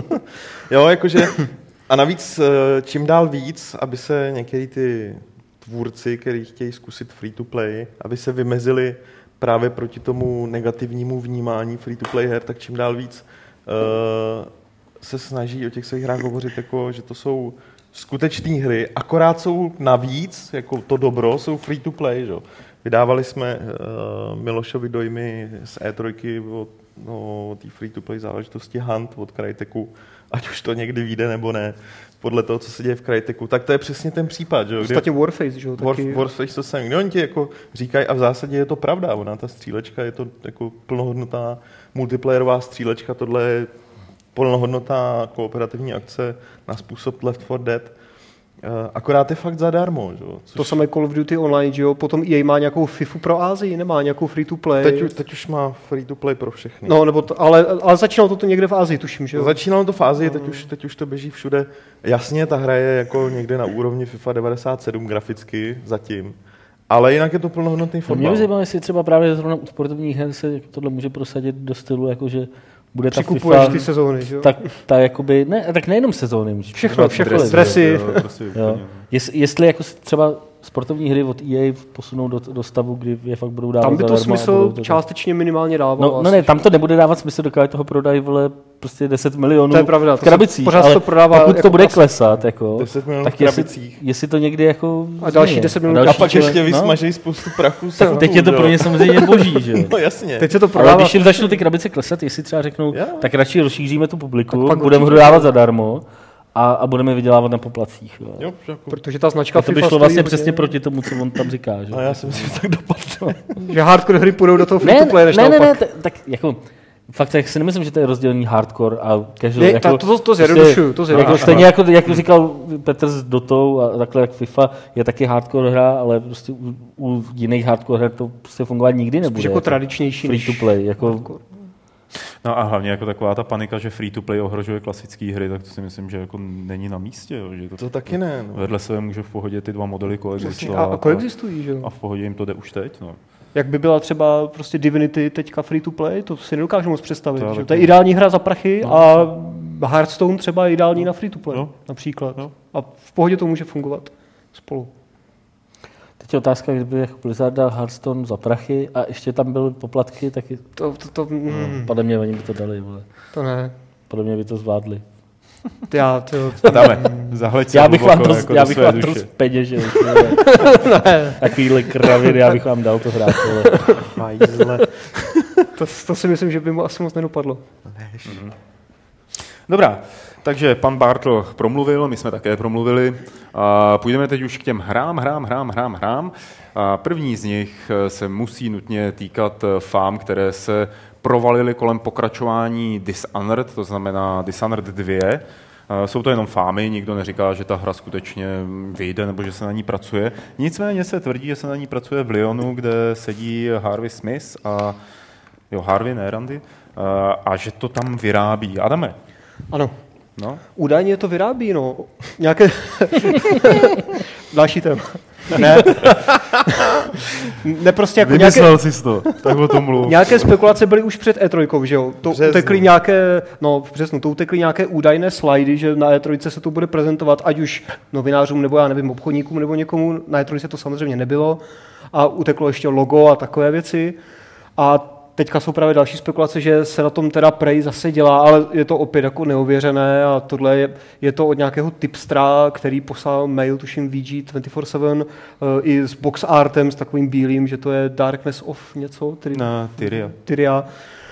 Jo, jakože, a navíc eh, čím dál víc, aby se některý ty tvůrci, kteří chtějí zkusit free to play, aby se vymezili právě proti tomu negativnímu vnímání free to play her, tak čím dál víc uh, se snaží o těch svých hrách hovořit jako, že to jsou skutečné hry, akorát jsou navíc, jako to dobro, jsou free to play, že? Vydávali jsme uh, Milošovi dojmy z E tři o, no, o té free to play záležitosti Hunt od Cryteku, ať už to někdy vyjde nebo ne, podle toho, co se děje v Cryteku, tak to je přesně ten případ, že? V Kdy- podstatě Warface, že jo? War, Taky. Warface to samý. No, oni ti jako říkají, a v zásadě je to pravda, ona ta střílečka je to jako plnohodnotná multiplayerová střílečka, tohle je plnohodnotná kooperativní akce na způsob Left four Dead. Uh, akorát je fakt zadarmo, že? jo, což To samé Call of Duty Online, že jo? Potom E A má nějakou FIFU pro Asii, nemá nějakou free to play. teď, už- teď už má free to play pro všechny. No, nebo to, ale, ale začínalo to někde v Asii, tuším, že jo? Začínalo to v Ázii, teď už, teď už to běží všude. Jasně, ta hra je jako někde na úrovni FIFA devadesát sedm graficky zatím, ale jinak je to plnohodnotný No, mě fotbal. by zajímalo, jestli třeba právě zrovna u sportovních her se tohle může prosadit do stylu, jakože bude ta Přikupuješ FIFA, ty sezóny, že jo? tak ta jakoby, ne, tak nejenom sezóny. můžeš Všechno, kupovat všechno, cokoliv. dresy. Jo, prostě Jo. úplně. Jest, jestli jako třeba sportovní hry od E A posunou do, do stavu, kdy je fakt budou dávat Tam by to zadarmo a smysl budou to- částečně minimálně dávalo. No, no asi, ne, že? tam to nebude dávat smysl, dokud toho prodají, vole, prostě deset milionů To je pravda, v to se krabicích, pořád ale to prodává pokud jako to bude prase. klesat, jako, deset milionů tak v jestli, krabicích. jestli to někdy jako A další změní. deset milionů A A další pak vole, ještě no. vysmažejí spoustu prachu. z Tak toho, teď je to že pro jo. ně samozřejmě boží, že jo. No jasně. Teď se to Ale prodává. když jim začnou ty krabice klesat, jestli třeba řeknou, Jo. tak radši rozšíříme tu publiku, Tak pak budeme ho určitě. dodávat zadarmo a, a budeme vydělávat na poplatcích. Jo. Jo, jako, Protože ta značka A to by FIFA šlo stojí vlastně hodně, přesně proti tomu, co on tam říká. Že? a já si myslím, že tak dopadne. že hardcore hry půjdou do toho free Ne, to play, než ne, ne, ne, naopak. t- tak jako fakt tak si nemyslím, že to je rozdělení hardcore a casual. Ne, jako, to- to- to prostě- zjednodušuju, to jako, zjednodušuju. stejně jako, jak říkal Petr s Dotou a takhle jak FIFA je taky hardcore hra, ale prostě u, u jiných hardcore her to prostě fungovat nikdy nebude. Spíš jako tradičnější free než to play. Jako, hardcore. No a hlavně jako taková ta panika, že free to play ohrožuje klasické hry, tak to si myslím, že jako není na místě. Jo, že to, To taky ne. No. vedle sebe může v pohodě ty dva modely A, koexistovat. a koexistují, že a jo? v pohodě jim to jde už teď. No. Jak by byla třeba prostě Divinity teďka free to play, to si nedokážu moc představit. To To, já že? taky to je ne. ideální hra za prachy no. a Hearthstone třeba je ideální na free to play, No. například. No. A v pohodě to může fungovat spolu. teď je otázka, kdyby jako Blizzard dal Hearthstone za prachy a ještě tam byly poplatky, tak je, To, to, to, mm, podle mě oni by to dali. Vole. to ne. Podle mě by to zvládli. Já, to, to, Dáme, zahleď se Já bych vám hluboko, to, jako já do bych své vám duše. to peněžil. Takovýhle kraviny, já bych vám dal to hrát. Vole. Majzle. to, to si myslím, že by mu asi moc nedopadlo. Dobrá, takže pan Bartl promluvil, my jsme také promluvili. A půjdeme teď už k těm hrám, hrám, hrám, hrám, hrám. A první z nich se musí nutně týkat fám, které se provalili kolem pokračování Dishonored, to znamená Dishonored dva. Jsou to jenom fámy, nikdo neříká, že ta hra skutečně vyjde nebo že se na ní pracuje. Nicméně se tvrdí, že se na ní pracuje v Lyonu, kde sedí Harvey Smith a jo, Harvey, ne Randy, a že to tam vyrábí. Adame. Ano. No? Údajně to vyrábí, no. Nějaké... Další téma. Ne. ne prostě jako Vymyslel nějaké... jsi to, tak o tom mluv. Nějaké spekulace byly už před E tři, že jo? To Březnu. utekly nějaké, no v březnu, to utekly nějaké údajné slajdy, že na E tři se to bude prezentovat, ať už novinářům, nebo já nevím, obchodníkům, nebo někomu. Na E tři se to samozřejmě nebylo. A uteklo ještě logo a takové věci. A teďka jsou právě další spekulace, že se na tom teda Prey zase dělá, ale je to opět jako neověřené a tohle je, je to od nějakého tipstra, který poslal mail, tuším V G dvacet čtyři sedm, uh, i s box artem, s takovým bílým, že to je Darkness of něco, tedy, Na Tyria. Tyria.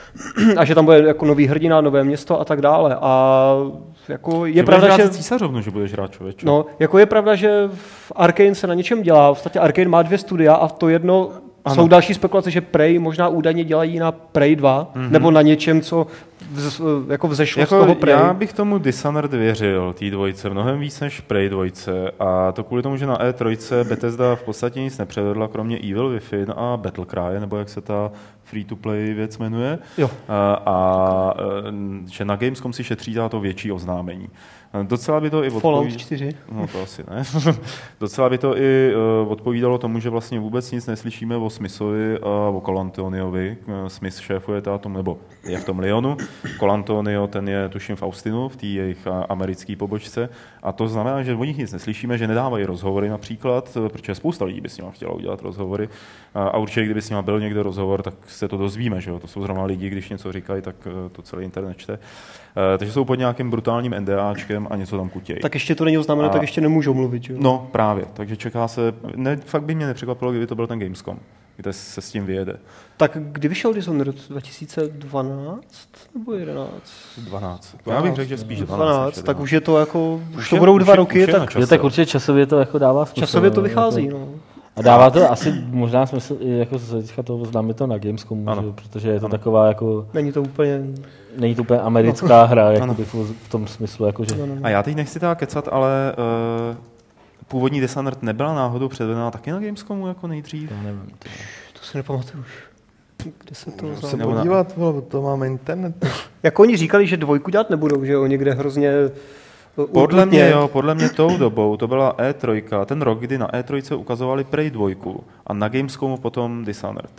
A že tam bude jako nový hrdina, nové město a tak dále. A jako je že pravda, že... císařovnu, že budeš hrát člověče. No, jako je pravda, že v Arkane se na něčem dělá. V podstatě Arkane má dvě studia a to jedno ano. Jsou další spekulace, že Prey možná údajně dělají na Prey dva, mm-hmm. nebo na něčem, co vz, jako vzešlo jako z toho Prey. Já bych tomu Dishonored věřil, té dvojce, mnohem víc než Prey dvojce. A to kvůli tomu, že na E tři Bethesda v podstatě nic nepředvedla, kromě Evil Within a Battlecry, nebo jak se ta free-to-play věc jmenuje. Jo. A, a že na Gamescom si šetří to větší oznámení. Docela by to i Fallout čtyři. No to asi ne. Docela by to i uh, odpovídalo tomu, že vlastně vůbec nic neslyšíme o Smithovi a o Colantoniovi. Smith šéfuje tátom, nebo je v tom Lyonu. Colantonio, ten je tuším v Austinu, v té jejich americké pobočce. A to znamená, že o nich nic neslyšíme, že nedávají rozhovory například, protože spousta lidí by s nimi chtěla udělat rozhovory. A určitě, kdyby s nimi byl někde rozhovor, tak se to dozvíme, že jo? To jsou zrovna lidi, když něco říkají, tak to celý internet čte. Takže jsou pod nějakým brutálním NDAčkem a něco tam kutějí. Tak ještě to není oznámeno, a... tak ještě nemůžou mluvit, jo? No, právě. Takže čeká se... Ne, fakt by mě nepřekvapilo, kdyby to byl ten Gamescom, kde se s tím vyjede. Tak kdy vyšel Dishonored? dva tisíce dvanáct nebo jedenáct? dvanáct. Já bych řekl, že spíš dvanáct. dvanáct tak už je to jako... Už, už to je, budou už dva je, roky, tak... Je, tak určitě časově to jako dává smysl. Časově to vychází, no. A dává to asi možná smysl i jako z hlediska toho známe to na Gamescomu, že, protože je to ano. taková jako... Není to úplně... Není to úplně americká no. hra, jakoby v tom smyslu. Jako, že... no, no, no. A já teď nechci teda kecat, ale uh, původní Dishonored nebyla náhodou předvedená taky na Gamescomu jako nejdřív? Já nevím. To, to si nepamatuju už. Kde se to se podívat, vole, to máme internet. Jako oni říkali, že dvojku dělat nebudou, že jo, někde hrozně... Podle mě, jo, podle mě tou dobou, to byla E tři, ten rok, kdy na E tři ukazovali Prey dva a na Gamescomu potom Dishonored.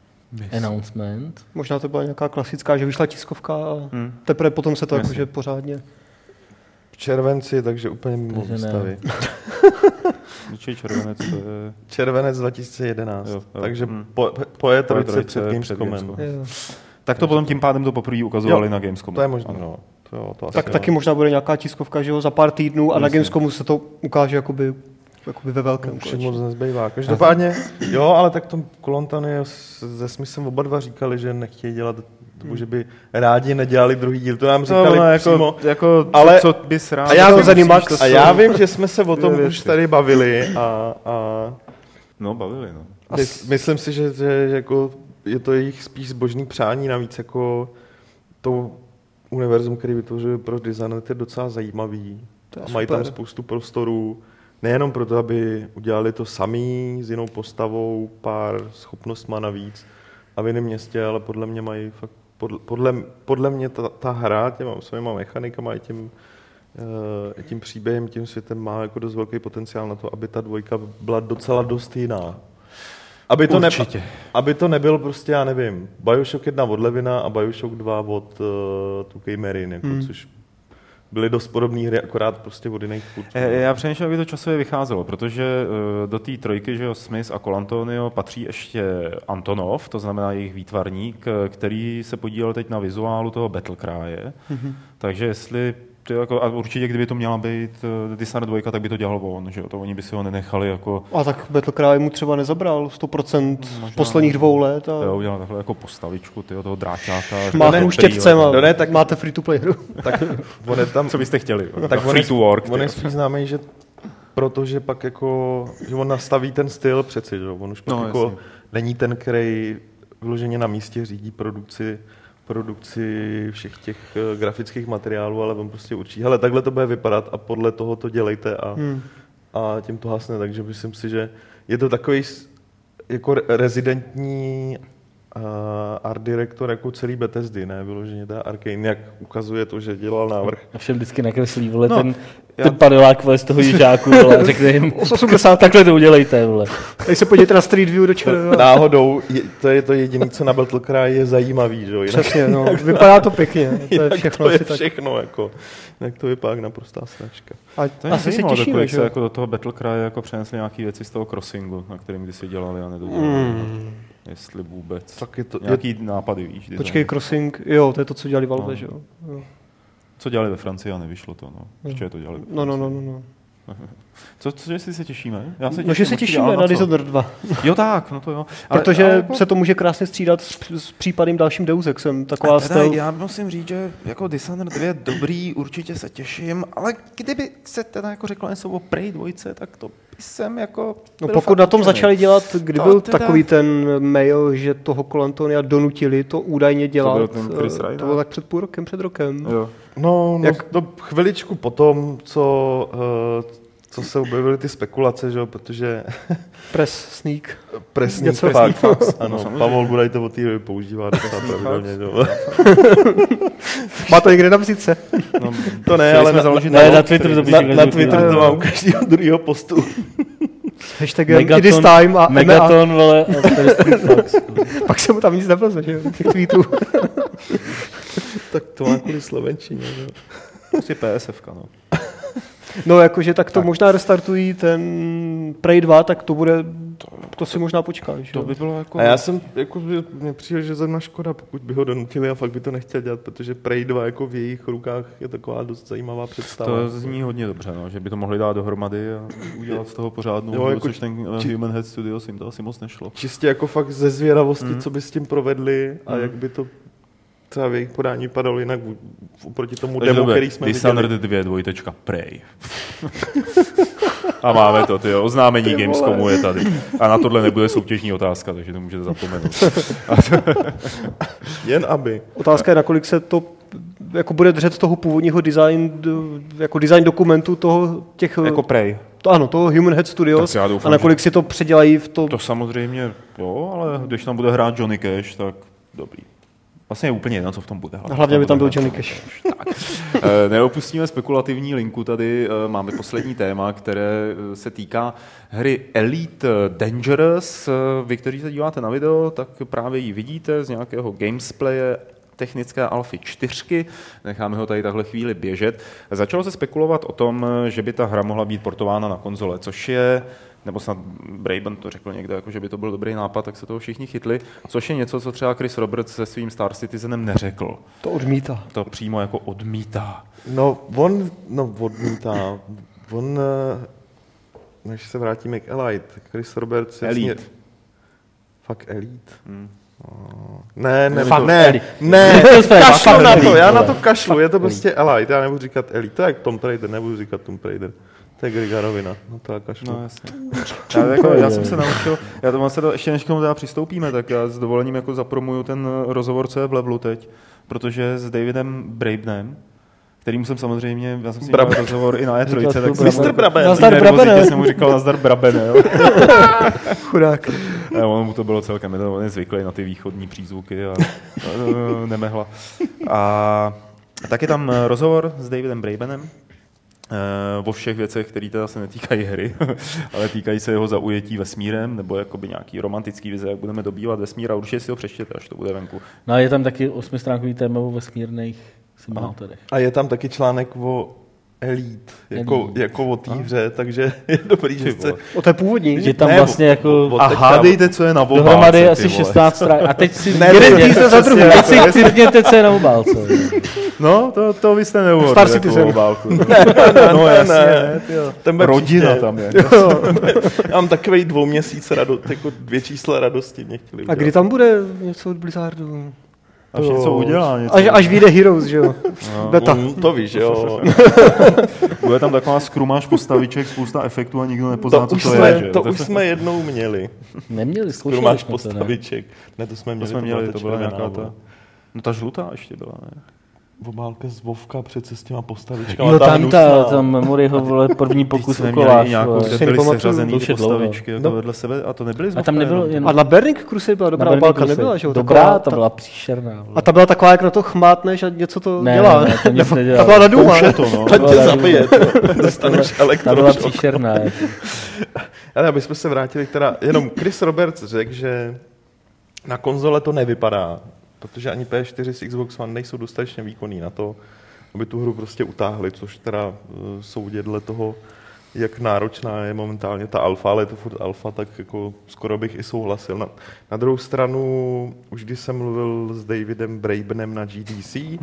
Announcement. Možná to byla nějaká klasická, že vyšla tiskovka a hmm. teprve potom se to jakože pořádně... V červenci, takže úplně mimo výstavy. červenec, to je... Červenec dva tisíce jedenáct, jo, jo. Takže hmm. po, po E tři před Gamescomem. Tak to potom tím pádem to poprvé ukazovali jo, na Gamescomu. To je možné, no. To jo, to asi tak jo. taky možná bude nějaká tiskovka, že jo, za pár týdnů a Jasně. na Gamescomu se to ukáže jakoby, jakoby ve velkém. Už moc nezbývá. Každopádně, jo, ale tak tom Colantonio se Smithem oba dva říkali, že nechtějí dělat, hmm. že by rádi nedělali druhý díl. To nám říkali no, no, přímo. Jako, jako ale, co, co bys rád... A já, vím, Zenimax, a já vím, že jsme se o tom už tady bavili a... a no, bavili, no. Mys, myslím si, že, že jako je to jejich spíš zbožný přání, navíc jako tou univerzum, který vytvořili pro Dishonored, je docela zajímavý. A mají tam spoustu prostorů. Nejenom proto, aby udělali to samý s jinou postavou, pár schopnostma navíc a v jiném městě, ale podle mě mají fakt, podle, podle, podle mě ta, ta hra těma svýma mechanikama i tím, uh, tím příběhem, tím světem má jako dost velký potenciál na to, aby ta dvojka byla docela dost jiná. Aby to, ne, aby to nebyl prostě, já nevím, Bioshock jedna od Levina a Bioshock dva od uh, two K Marin, jako, hmm. což byly dost podobné hry, akorát prostě od jiných tvůrců. Já přemýšlím, aby to časově vycházelo, protože uh, do té trojky, že jo, Smith a Colantonio patří ještě Antonov, to znamená jejich výtvarník, který se podílel teď na vizuálu toho Battlecrye. Hmm. Takže jestli jako, a určitě, kdyby to měla být uh, Dishonored dva, tak by to dělal on, že jo? To oni by si ho nenechali jako... A tak Battlecry mu třeba nezabral sto procent v posledních dvou let. A... Jo, udělal takhle jako postavičku, tyjo, toho dráťáka. Máte už štětcem a no ne, tak... máte free-to-play hru. Tak on je tam... Co byste chtěli? Tak free to work. On je spíš známý, že protože pak jako, že on nastaví ten styl přeci, že on už pak no, jako jasně. není ten, který vyloženě na místě řídí produkci, produkci všech těch uh, grafických materiálů, ale on prostě určí, hele, takhle to bude vypadat a podle toho to dělejte a, hmm. a tím to hasne, takže myslím si, že je to takový jako rezidentní uh, art director jako celý Bethesdy, ne, vyloženě ta Arkane, jak ukazuje to, že dělal návrh. A všem vždycky nakreslí, vole, no, ten, já... ten padolák, vole, z toho jižáku, vole, a řekne jim, osmdesát takhle to udělejte, vole. Tady se podívejte na Street View do červeného. Náhodou, je, to je to jediné, co na Battlecry je zajímavý, že jo. Přesně, no, vypadá to pěkně, to je všechno. To je všechno, tak... jako, jak to vypadá naprostá sračka. A asi se těšíme, že se jako do toho Battlecry jako přenesli nějaké věci z toho crossingu, na kterým kdysi dělali a nedodělali. Mm. Jestli vůbec. Tak je to, nějaký je... nápady, víš. Design. Počkej, Crossing, jo, to je to, co dělali Valve, no. Že jo. Co dělali ve Francii a nevyšlo to, no. Ještě to dělali. No, no, no, no, no. Co, co, jestli se těšíme? Já se těším, no, že se těšíme na Dishonored dva. Jo, tak, no to jo. Ale, protože ale jako... se to může krásně střídat s, s případným dalším Deus Exem. Taková teda, stel... Já musím říct, že jako Dishonored dva je dobrý, určitě se těším, ale kdyby se teda jako řeklo něco o Prey dva, tak to jsem jako... No pokud na tom začali dělat, kdy to byl teda... takový ten mail, že toho Colantonia donutili to údajně dělat. To byl ten Chris Ryder. To bylo tak před půl rokem, před rokem. Jo. No, no Jak... to chviličku potom, co... Uh, co se objevily ty spekulace, že jo, protože... Press sneak. Press sneak, fakt, fakt, ano. No, Pavol Gulaj to od té doby používá docela pravidelně, jo. Má to někde na vzítce. No, to ne, ale na, na, na, na Twitter to, na, na Twitter to mám každého druhého postu. Hashtagem It is time a Megaton, vole, a pak se mu tam nic nevleze, že jo, těch tweetů. Tak to má kvůli slovenčině, jo. Prostě PSFka, no. No jakože tak to tak. Možná restartují ten Prey dva, tak to bude, to si možná počkáš. To by bylo jako... A já jsem, jako mě přijde, že zemna škoda, pokud by ho donutili a fakt by to nechtěl dělat, protože Prey dva jako v jejich rukách je taková dost zajímavá představa. To zní hodně dobře, no, že by to mohli dát dohromady a udělat z toho pořádnou, jo, jako což ten či... Human Head Studios jim to asi moc nešlo. Čistě jako fakt ze zvědavosti, mm. co by s tím provedli a mm. jak by to třeba v jejich podání padalo jinak oproti tomu demo, který jsme Dishonored viděli. Dishonored dva, dvojtečka, Prey. A máme to, tyjo, oznámení Gamescomu je tady. A na tohle nebude soutěžní otázka, takže to můžete zapomenout. Jen aby. Otázka je, nakolik se to jako bude držet toho původního design, jako design dokumentu toho těch... Jako Prey. To, ano, toho Human Head Studios. Doufám, a nakolik si to předělají v to... To samozřejmě, jo, ale když tam bude hrát Johnny Cash, tak dobrý. Vlastně je úplně jedno, co v tom bude. Hlavně, hlavně by tam byl Johnny Cash. Tak. Neopustíme spekulativní linku tady. Máme poslední téma, které se týká hry Elite Dangerous. Vy, kteří se díváte na video, tak právě ji vidíte z nějakého gamesplaye technické Alfy čtyři. Necháme ho tady takhle chvíli běžet. Začalo se spekulovat o tom, že by ta hra mohla být portována na konzole, což je... nebo snad Braben to řekl někde, jako, že by to byl dobrý nápad, tak se toho všichni chytli, což je něco, co třeba Chris Roberts se svým Star Citizenem neřekl. To odmítá. To přímo jako odmítá. No, on, no, odmítá. On, než se vrátíme k Elite, Chris Roberts... Elite. Jasně, fakt Elite? Hmm. Ne, ne, fakt ne, Elite. ne, kašlu na to, já na to kašlu, je to prostě Elite, já nebudu říkat Elite, to je jak Tomb Raider, nebudu říkat Tomb Raider. To je Grigarovina, no to je kašlu. No jasně. Já, jako, já jsem se naučil, já to se to, ještě než k tomu teda přistoupíme, tak já s dovolením jako zapromuju ten rozhovor, co je v Levelu teď, protože s Davidem Brabenem, kterým jsem samozřejmě, já jsem si dělal rozhovor i na E tři, tak mister Braben. Nazdar Brabene. jsem mu říkal nazdar Brabene, jo. Chudák. A on mu to bylo celkem, on je zvyklý na ty východní přízvuky a, a nemehla. A tak je tam rozhovor s Davidem Brabenem, o všech věcech, které teda se netýkají hry, ale týkají se jeho zaujetí vesmírem, nebo jakoby nějaký romantický vize, jak budeme dobývat vesmír a určitě si ho přečtěte, až to bude venku. No a je tam taky osmistránkový téma o vesmírných simulátorech. A je tam taky článek o Elite, jako, Elite. jako o té hře, takže je dobrý, že se... O té původní? Že tam ne, vlastně jako... A hádejte, co je na obálce. Dohromady asi šestnáct stran. A teď si... Jeden se za druhý. Teď si typněte, co je na obálce. No, to, to vy jste neuhodli. Star Citizen. Obálku. Ne, ne, no jasně, ne, ne, rodina tam je. Já mám takovej dvou měsíc radost, jako dvě čísla radosti mě chtěli udělat. A kdy tam bude něco od Blizzardu? Až to... něco udělá. Něco až, až vyjde Heroes, že jo? No, beta. Um, to víš, jo. Bude tam taková skrumáž postaviček, spousta efektů a nikdo nepozná, to co to jsme, je. Že? To už jsme jednou měli. Neměli, skrumáž postaviček. Ne, to jsme měli. To jsme měli, to byla nějaká ta... No ta žlutá ještě byla, ne? Obálka z Vovka přece s těma postavičkama. Jo, tam ta, tam Memoryho, vole, první pokus o koláž. Kde byly seřazený ty postavičky jako no. vedle sebe a to nebyly z Vovka. A tam nebylo jen... A na Burning Crusade byla dobrá obálka, nebyla, že jo? Dobrá, ta byla příšerná. Vole. A ta byla taková, jak na to chmátneš a něco to ne, dělá. Ne, to nic nedělá. Ta byla na důma. To, no. Ta tě zabije, dostaneš elektrošok. Ta byla příšerná. Ale abychom se vrátili, teda jenom Chris Roberts řekl, že na konzole to nevypadá, protože ani P S čtyři s Xbox One nejsou dostatečně výkonný na to, aby tu hru prostě utáhli, což teda uh, soudě dle toho, jak náročná je momentálně ta alfa, ale je to furt alfa, tak jako skoro bych i souhlasil. Na, na druhou stranu, už když jsem mluvil s Davidem Brabenem na G D C,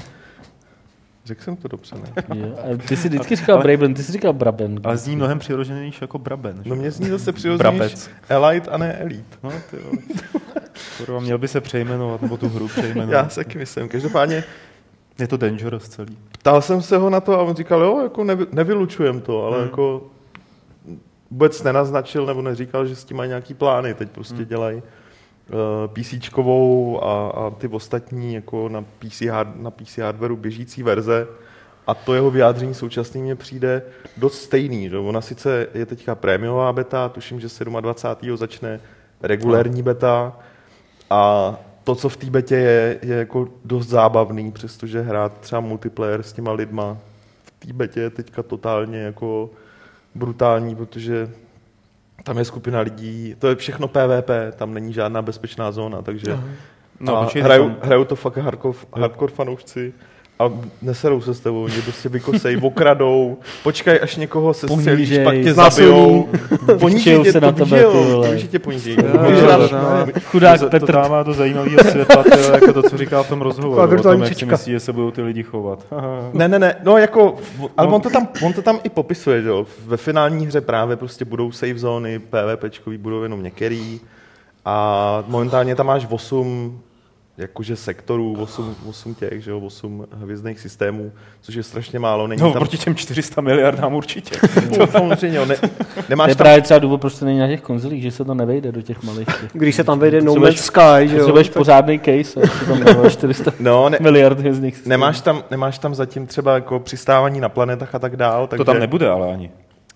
řekl jsem to dobře, ne? Jo, ty jsi vždycky říkal Braben, ty jsi říkal Braben. Ale zní mnohem přirozenější jako Braben. No mě zní zase přirozenější Elite a ne Elite. No, ty jo. Měl by se přejmenovat, nebo tu hru přejmenovat. Já se taky myslím. Každopádně je to Dangerous celý. Ptal jsem se ho na to a on říkal, jo, jako nevy, nevylučujem to, ale hmm. jako vůbec nenaznačil nebo neříkal, že s tím mají nějaký plány. Teď prostě hmm. dělají uh, PCčkovou a, a ty ostatní jako na P C, hard, na P C hardwareu běžící verze a to jeho vyjádření současný mně přijde dost stejný. Že? Ona sice je teďka prémiová beta, tuším, že dvacátého sedmého začne regulérní beta a to, co v té betě je, je jako dost zábavný, přestože hrát třeba multiplayer s těma lidma v té betě je teďka totálně jako brutální, protože tam je skupina lidí, to je všechno P V P, tam není žádná bezpečná zóna, takže no, a hrajou, hrajou to fakt hardcore, hardcore fanoušci a neserou se s tebou, oni prostě vykosej, okradou, počkaj, až někoho se střelíš, pak tě zabijou, ponížej tě, to víš, že tě ponížej. Chudák to, Petr. To dává do zajímavého světla, tyjo, jako to, co říká v tom rozhovoru, o tom, jak si myslí, že se budou ty lidi chovat. Ne, ne, ne, no jako, ale on to tam, on to tam i popisuje, že jo, ve finální hře právě prostě budou save zóny, PvPčkový budou jenom některý a momentálně tam máš osm jakože sektorů, osm těch, že jo, osm hvězdných systémů, což je strašně málo. Není no, tam... proti těm čtyři sta miliardám určitě. To samozřejmě, ne, nemáš to je tam... právě třeba důvod, proč to není na těch konzolích, že se to nevejde do těch malých. Těch. Když se tam vejde No Man's Sky, že jo. Potřebuješ pořádný case, a se tam dáváš čtyři sta no, ne, miliard hvězdných systémů. Nemáš tam, nemáš tam zatím třeba jako přistávání na planetách a tak dál. Takže... To tam nebude ale ani.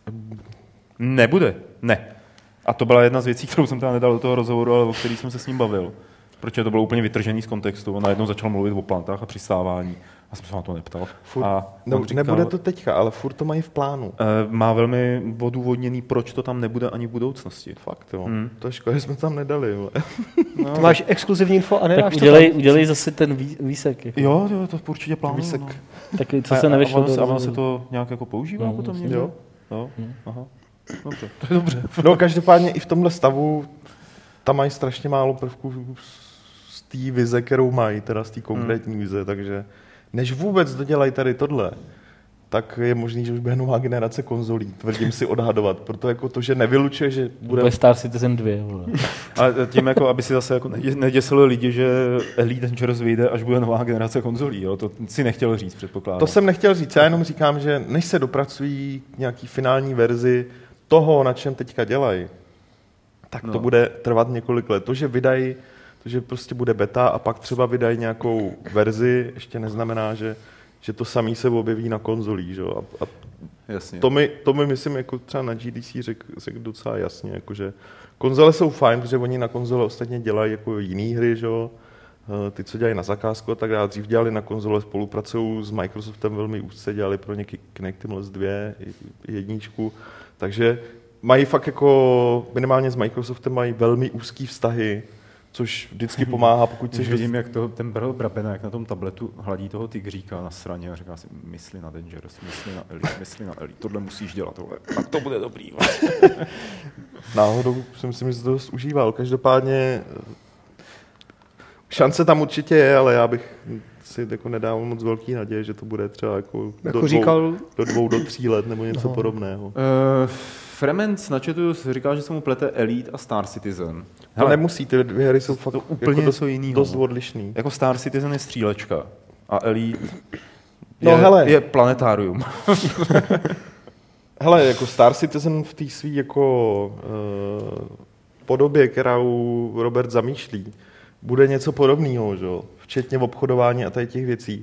Nebude, ne. A to byla jedna z věcí, kterou jsem tam nedal do toho rozhovoru, ale o který jsem se s ním bavil. Protože to bylo úplně vytržený z kontextu. On najednou začal mluvit o plantách a přistávání. Já jsem se na to neptal. Furt, a no, říkal, nebude to teďka, ale furt to mají v plánu. Má velmi odůvodněný, proč to tam nebude ani v budoucnosti. Fakt, jo. Hmm. To je škoda, že jsme tam nedali. No. Ty máš exkluzivní info a nedáš tak udělej, to tam. Udělej zase ten vý, výsek. Jako. Jo, jo, to určitě plánuju. Výsek. No. Taky, co se nevyšlo. A ono se to nějak jako používá no, potom někde? Jo. jo. Hmm. Aha. Dobře, to je dobře. No každopádně i v tomhle stavu tam mají strašně málo prvků z té vize, kterou mají, teda z té konkrétní hmm. vize, takže než vůbec dodělají tady tohle, tak je možný, že už bude nová generace konzolí, tvrdím si odhadovat, proto jako to, že nevylučuje, že bude... Bude Star Citizen dva, vole. Ale tím jako, aby si zase jako neděsilo lidi, že Elite Dangerous vyjde, až bude nová generace konzolí, jo? To si nechtěl říct, předpokládám. To jsem nechtěl říct, já jenom říkám, že než se dopracují k nějaký finální verzi toho, na čem teďka dělají, tak no. to bude trvat několik let. To, že vydají, to, že prostě bude beta a pak třeba vydají nějakou verzi, ještě neznamená, že, že to samý se objeví na konzolí. Že? A, a jasně. To, mi, to mi myslím, jako třeba na G D C řekl řek docela jasně, jako, že konzole jsou fajn, protože oni na konzole ostatně dělají jako jiný hry, že? Ty, co dělají na zakázku a tak dále. Dřív dělali na konzole, spolupracují s Microsoftem velmi úzce, dělali pro ně Kinectimals dva, jedničku, takže mají fakt jako, minimálně s Microsoftem mají velmi úzký vztahy, což vždycky pomáhá, pokud chceš... Vidím, jak to, ten Brabena, jak na tom tabletu hladí toho tygříka na straně a říká si, mysli na Dangerous, mysli na Elite, mysli na Elite, tohle musíš dělat, tohle. A to bude dobrý. Náhodou si myslím, že se to dost užíval. Každopádně šance tam určitě je, ale já bych si jako nedával moc velký naděje, že to bude třeba jako, jako do, dvou, říkal... do dvou, do tří let nebo něco no. podobného. Uh, Fremenc na chatu říká, že se mu plete Elite a Star Citizen. To nemusí, ty dvě hry jsou fakt to úplně jako něco dost, jiného. dost odlišný. Jako Star Citizen je střílečka a Elite No, je, hele. je planetárium. Hele, jako Star Citizen v té svý jako uh, podobě, kterou Robert zamýšlí, bude něco podobného, že jo? Včetně obchodování a tady těch věcí.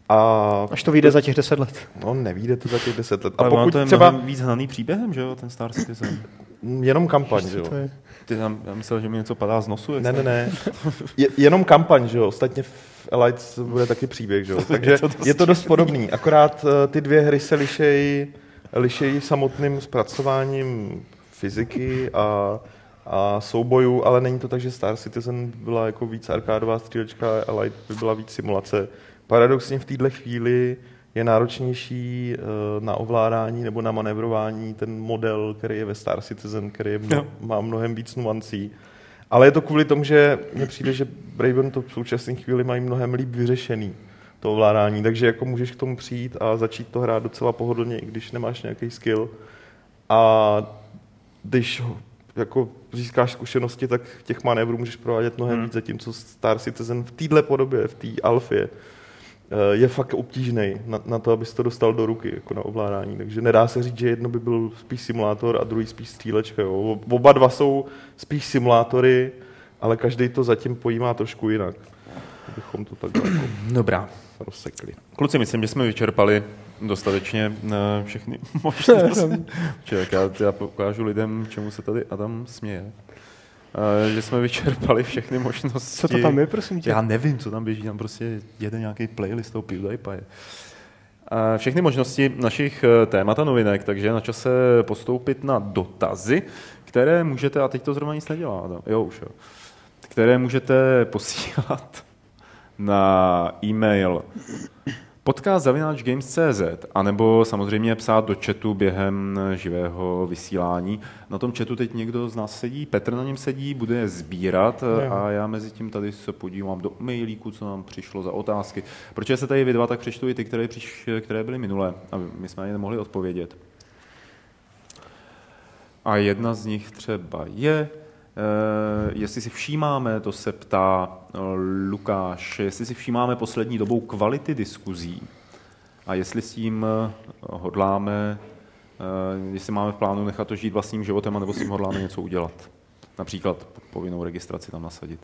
A Až to vyjde za těch deset let. No, nevíde to za těch deset let. A Ale pokud to je třeba víc hnaný příběhem, že jo, ten Star Citizen. jenom kampaň, že jo? Ty tam, já myslel, že mi něco padá z nosu. Ne, ne, ne. Je, jenom kampaň, že jo? Ostatně v Elites bude taky příběh, že jo? Takže je to dost, je to dost podobný. Akorát uh, ty dvě hry se lišejí lišejí samotným zpracováním fyziky a, a soubojů, ale není to tak, že Star Citizen byla jako víc arkádová střílečka a Elite by byla víc simulace. Paradoxně v této chvíli je náročnější uh, na ovládání nebo na manévrování ten model, který je ve Star Citizen, který je mno, má mnohem víc nuancí. Ale je to kvůli tomu, že mně přijde, že Braven to v současné chvíli mají mnohem líp vyřešený, to ovládání, takže jako můžeš k tomu přijít a začít to hrát docela pohodlně, i když nemáš nějaký skill. A když jako získáš zkušenosti, tak těch manévrů můžeš provádět mnohem hmm. víc, zatímco Star Citizen v téhle podobě, v té alfě, je fakt obtížný na, na to, abys to dostal do ruky, jako na ovládání. Takže nedá se říct, že jedno by byl spíš simulátor a druhý spíš střílečka. Jo. Oba dva jsou spíš simulátory, ale každý to zatím pojímá trošku jinak. Abychom to takhle jako Dobrá. rozsekli. Kluci, myslím, že jsme vyčerpali dostatečně všechny možnosti. Ček, já, já ukážu lidem, čemu se tady Adam směje. Uh, že jsme vyčerpali všechny možnosti. Co to tam je, prosím tě? Já nevím, co tam běží, tam prostě jede nějaký playlist toho PewDiePie. Uh, všechny možnosti našich uh, témat a novinek, takže je na čase postoupit na dotazy, které můžete, a teď to zrovna nic nedělá, Adam. Jo, už jo, které můžete posílat na e-mail podcast zavináč games tečka cé zet anebo samozřejmě psát do chatu během živého vysílání. Na tom chatu teď někdo z nás sedí, Petr na něm sedí, bude je sbírat a já mezi tím tady se podívám do mailíku, co nám přišlo za otázky. Proč se tady vy dva, tak přečtu i ty, které, přiš, které byly minulé a my jsme ani nemohli odpovědět. A jedna z nich třeba je, Uh, jestli si všímáme, to se ptá uh, Lukáš, jestli si všímáme poslední dobou kvality diskuzí a jestli s tím uh, hodláme, uh, jestli máme v plánu nechat to žít vlastním životem, nebo s tím hodláme něco udělat. Například povinnou registraci tam nasadit.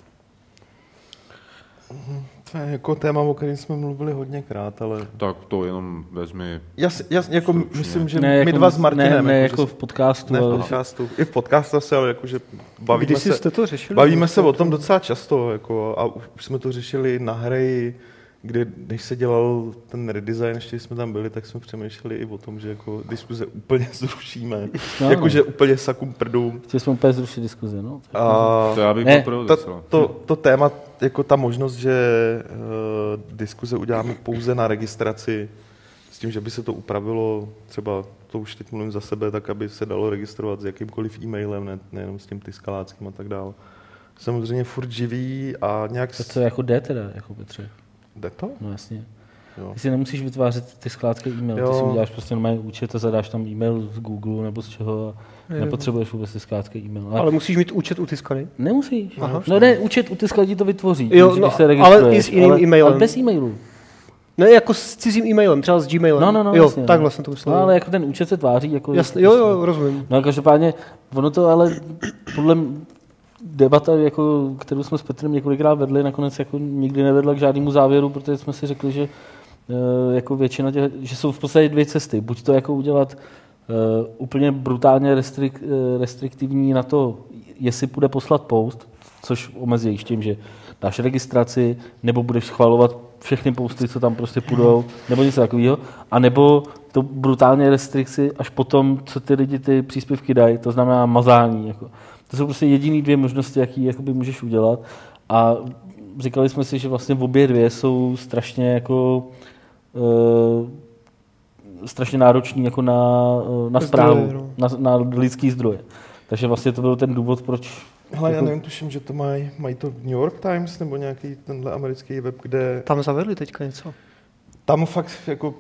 To je jako téma, o kterém jsme mluvili hodněkrát, ale... Tak to jenom vezmi... Jas, jas, jako myslím, že ne, my jako, dva s Martinem... Ne, ne jako, jako v podcastu. Ne ale... v podcastu. I v podcastu se, ale jakože bavíme Když se... jste to řešili? Bavíme se o tom docela často, jako, a už jsme to řešili na hry, kde, když se dělal ten redesign, ještě jsme tam byli, tak jsme přemýšleli i o tom, že jako diskuze úplně zrušíme. No, jakože úplně sakum prdům. Chtěli jsme úplně zrušit diskuze, no. A to já bych ne, to, to, to téma, jako ta možnost, že uh, diskuze uděláme pouze na registraci, s tím, že by se to upravilo, třeba to už teď mluvím za sebe, tak aby se dalo registrovat s jakýmkoliv e-mailem, ne, nejenom s tím tyskaláckým a tak dále. Samozřejmě furt živý a nějak... To co jako jde teda, jako Petře? Jde to? No jasně. Jo. Ty si nemusíš vytvářet ty skládské e-mail, ty si uděláš prostě normální účet a zadáš tam e-mail z Google nebo z čeho a nepotřebuješ vůbec ty skládské e-mail. Ale, ale musíš mít účet utiskaný? Nemusíš. Aha. No ne, účet utiskaný ti to vytvoří, jo, když no, se registruješ. Ale i s jiným ale, e-mailem. Ale bez e-mailu. Ne, jako s cizím e-mailem, třeba s Gmailem. No, no, no, jo, jasně, takhle no. jsem to myslel. No, ale jako ten účet se tváří. Jako jasně, jo, jo, rozumím. No a každopádně, ono to ale podle debata, jako, kterou jsme s Petrem několikrát vedli, nakonec jako nikdy nevedla k žádnému závěru, protože jsme si řekli, že jako většina těch, že jsou v podstatě dvě cesty. Buď to jako udělat uh, úplně brutálně restrik, restriktivní na to, jestli půjde poslat post, což omezíš tím, že dáš registraci, nebo budeš schvalovat všechny posty, co tam prostě půjdou, nebo něco takového, a nebo to brutálně restrikci až potom, co ty lidi ty příspěvky dají, to znamená mazání. Jako. To jsou prostě jediné dvě možnosti, jaký jakoby můžeš udělat. A říkali jsme si, že vlastně v obě dvě jsou strašně jako uh, strašně náročný jako na, na správu, zdroje, no. na, na lidský zdroje. Takže vlastně to byl ten důvod, proč... Hele, jako... já nevím, tuším, že to mají, mají to New York Times nebo nějaký tenhle americký web, kde... Tam zavedli teďka něco. Tam fakt jako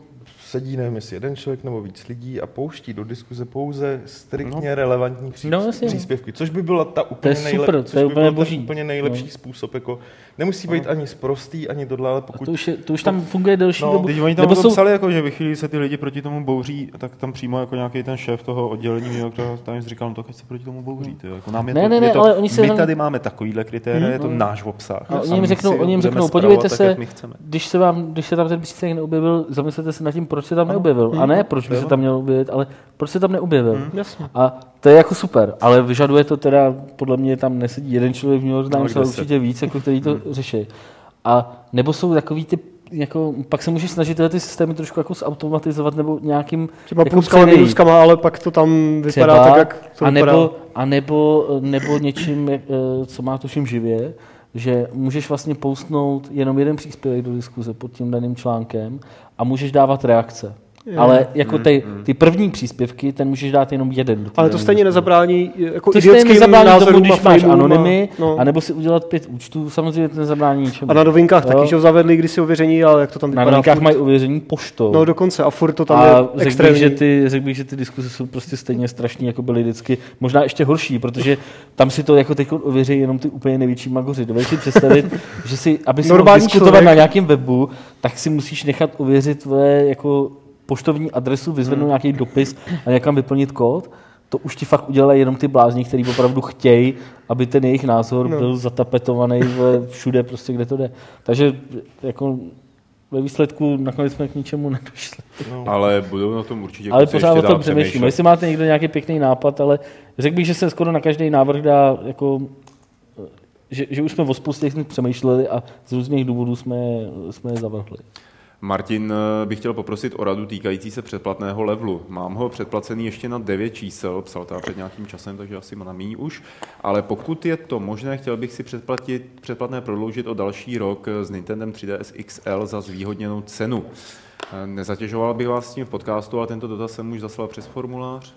sedí, nevím, jestli jeden člověk nebo víc lidí a pouští do diskuze pouze striktně no. relevantní pří, no, příspěvky, což by byla ta úplně, to nejlep, super, což to je by byl boží. ten úplně nejlepší no. způsob. Jako, nemusí být no. ani sprostý, ani tohle, ale pokud... To už, je, to už tam funguje delší no, dobu. Teď oni tam nebo jsou... psali, jako, že ve chvíli se ty lidi proti tomu bouří, tak tam přímo jako nějaký ten šéf toho oddělení, tam říkal, no, tak se proti tomu bouří. To, jako nám je ne, to, ne, ne, je to, ale oni se my tam... tady máme takovýhle kritéria, hmm. je to náš obsah. A oni jim řeknou, oni jim řeknou podívejte se, když se, vám, když se tam ten příspěvek neobjevil, zamyslete se nad tím, proč se tam neobjevil. A ne, proč by se tam měl objevit, ale proč se tam neobjevil. Hmm. A to je jako super, ale vyžaduje to teda, podle mě tam nesedí jeden člověk v New York Times, ale určitě víc, jako který to hmm. řeší. A nebo jsou takový ty, jako, pak se můžeš snažit tyhle ty systémy trošku jako zautomatizovat nebo nějakým... Třeba jako pluskama, minuskama, ale pak to tam vypadá třeba, tak, jak to a vypadá. nebo, a nebo, nebo něčím, co má tuším živě, že můžeš vlastně postnout jenom jeden příspěvek do diskuze pod tím daným článkem a můžeš dávat reakce. Je. Ale jako ty, ty první příspěvky, ten můžeš dát jenom jeden. Ale to stejně nezabrání jako to stejně nezabrání tomu, když máš anonymy, no. anebo si udělat pět účtů, samozřejmě to nezabrání ničemu. A na novinkách jo. taky, že ho zavedli kdysi ověření, ale jak to tam vypadá. Na novinkách furt... mají ověření poštou. No dokonce a furt to tam a je extrémní. Řekl bych, že ty, řekl bych, že ty diskuse jsou prostě stejně strašný, jako byly vždycky. Možná ještě horší, protože tam si to jako teď ověří jenom ty úplně největší magoři. Dovedeš si představit, že si, aby si mohl diskutovat člověk. Na nějakém webu, tak si musíš nechat ověřit tvoje jako poštovní adresu, vyzvednout hmm. nějaký dopis a někam vyplnit kód, to už ti fakt udělají jenom ty blázni, kteří opravdu chtějí, aby ten jejich názor no. byl zatapetovaný všude, prostě, kde to jde. Takže jako ve výsledku nakonec jsme k ničemu nedošli. No. Ale budou na tom určitě ale pořád o tom přemýšlím. Jestli máte někdo nějaký pěkný nápad, ale řekl bych, že se skoro na každý návrh dá jako že, že už jsme o spoustě přemýšleli a z různých důvodů jsme, jsme je zavrhli. Martin bych chtěl poprosit o radu týkající se předplatného levelu. Mám ho předplacený ještě na devět čísel, psal to před nějakým časem, takže asi má na míň už, ale pokud je to možné, chtěl bych si předplatit, předplatné prodloužit o další rok s Nintendem tři D S X L za zvýhodněnou cenu. Nezatěžoval bych vás s tím v podcastu, ale tento dotaz jsem už zaslal přes formulář.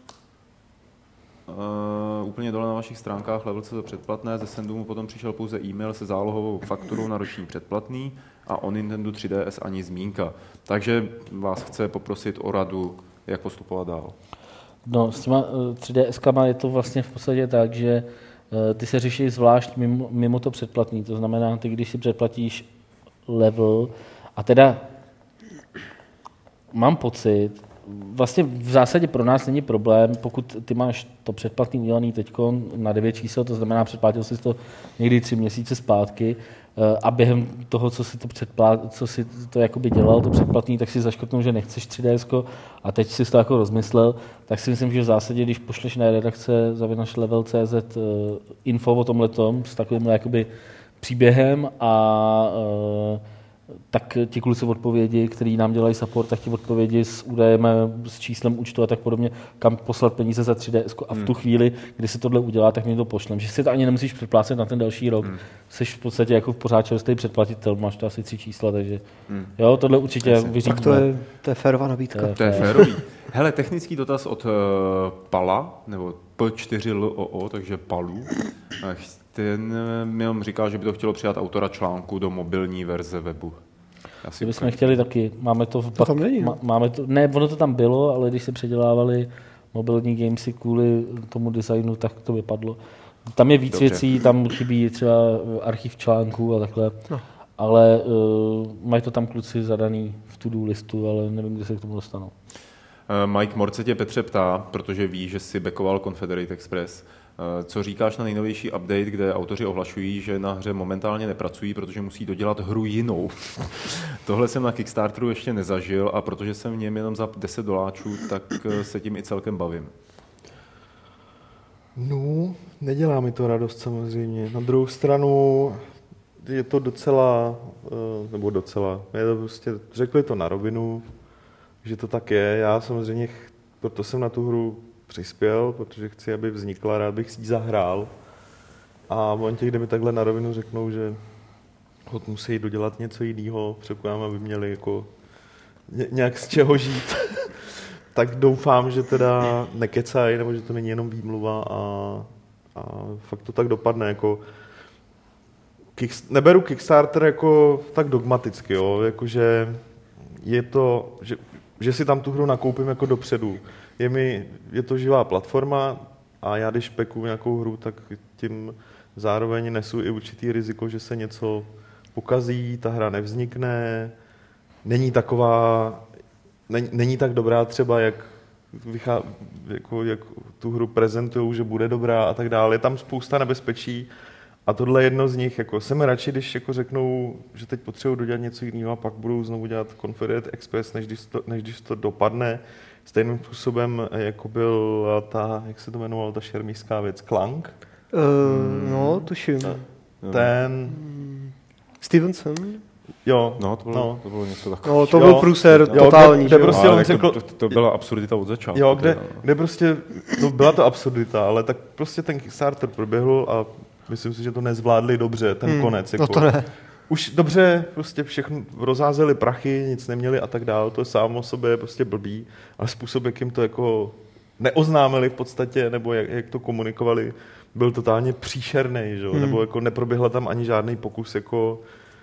Uh, úplně dole na vašich stránkách levelce za předplatné, ze Sendumu potom přišel pouze e-mail se zálohovou fakturou na roční předplatný a o Nintendo tři D S ani zmínka. Takže vás chce poprosit o radu, jak postupovat dál. No, s těma tři D S kama je to vlastně v podstatě tak, že uh, ty se řeší zvlášť mimo, mimo to předplatný. To znamená, ty když si předplatíš level a teda mám pocit, vlastně v zásadě pro nás není problém, pokud ty máš to předplatný udělaný teďko na devět čísel, to znamená, předplatil jsi to někdy tři měsíce zpátky a během toho, co si to, předplat, co si to jakoby dělal, to předplatný, tak si zaškrtnul, že nechceš tři D S ko a teď si to jako rozmyslel, tak si myslím, že v zásadě, když pošleš na redakce zavinaš level tečka cé zet info o tomhletom s takovým jakoby příběhem a tak ti kluci odpovědi, který nám dělají support, tak ti odpovědi s údajem, s číslem účtu a tak podobně, kam poslat peníze za tři D S ko a v tu chvíli, kdy se tohle udělá, tak mi to pošlem. Že si to ani nemusíš předplácet na ten další rok. Hmm. Jsi v podstatě jako v pořád čerstvý předplatitel, máš to asi tři čísla, takže hmm. jo, tohle určitě vyřídíme. Tak to je, to je férová nabídka. To je, to je férový. Hele, technický dotaz od uh, Pala, nebo P čtyři L O O, takže Palu. Ten mi jenom říká, že by to chtělo přidat autora článku do mobilní verze webu. Asi bychom chtěli taky. Máme to, v to tam není, má, máme to, ne, ono to tam bylo, ale když se předělávali mobilní gamesy kvůli tomu designu, tak to vypadlo. Tam je víc Dobře. věcí, tam chybí třeba archiv článků a takhle. No. Ale uh, mají to tam kluci zadaný v to-do listu, ale nevím, kdy se k tomu dostanou. Mike Morce tě Petře ptá, protože ví, že jsi backoval Confederate Express. Co říkáš na nejnovější update, kde autoři ohlašují, že na hře momentálně nepracují, protože musí dodělat hru jinou? Tohle jsem na Kickstarteru ještě nezažil a protože jsem v něm jenom za deset doláčů, tak se tím i celkem bavím. No, nedělá mi to radost samozřejmě. Na druhou stranu je to docela, nebo docela, je to prostě, řekli to na rovinu, že to tak je. Já samozřejmě, proto jsem na tu hru přispěl, protože chci, aby vznikla, rád bych si ji zahrál. A v momentě, kde mi takhle na rovinu řeknou, že hod musí dodělat něco jiného, předpokládám, aby měli jako nějak z čeho žít, tak doufám, že teda nekecají, nebo že to není jenom výmluva a, a fakt to tak dopadne. Jako kick, neberu Kickstarter jako tak dogmaticky, jo, jakože je to, že že si tam tu hru nakoupím jako dopředu. Je, mi, je to živá platforma a já když peku nějakou hru, tak tím zároveň nesu i určitý riziko, že se něco pokazí, ta hra nevznikne, není taková, není, není tak dobrá třeba, jak, vychá, jako, jak tu hru prezentujou, že bude dobrá a tak dále. Je tam spousta nebezpečí a tohle je jedno z nich. Jako, jsem radši, když jako řeknou, že teď potřebuji dodělat něco jiného a pak budou znovu dělat Confederate Express, než když to, než když to dopadne stejným způsobem, jako byl ta, jak se to jmenovalo, ta šermířská věc, Clank. Uh, no, tuším. Ten... Stevenson? Jo. No, to bylo, no. to bylo něco takového. No, to byl průser totální. Kde, kde prostě on řekl, to, to, to byla absurdita od začátku. Jo, kde, kde prostě, no byla to absurdita, ale tak prostě ten Kickstarter proběhl a myslím si, že to nezvládli dobře, ten hmm, konec. Jako. No to ne. Už dobře, prostě všechno rozházeli prachy, nic neměli a tak dále, to je samo o sobě prostě blbý, ale způsob, jak jim to jako neoznámili v podstatě, nebo jak, jak to komunikovali, byl totálně příšerný, že? Hmm. Nebo jako neproběhla tam ani žádný pokus jako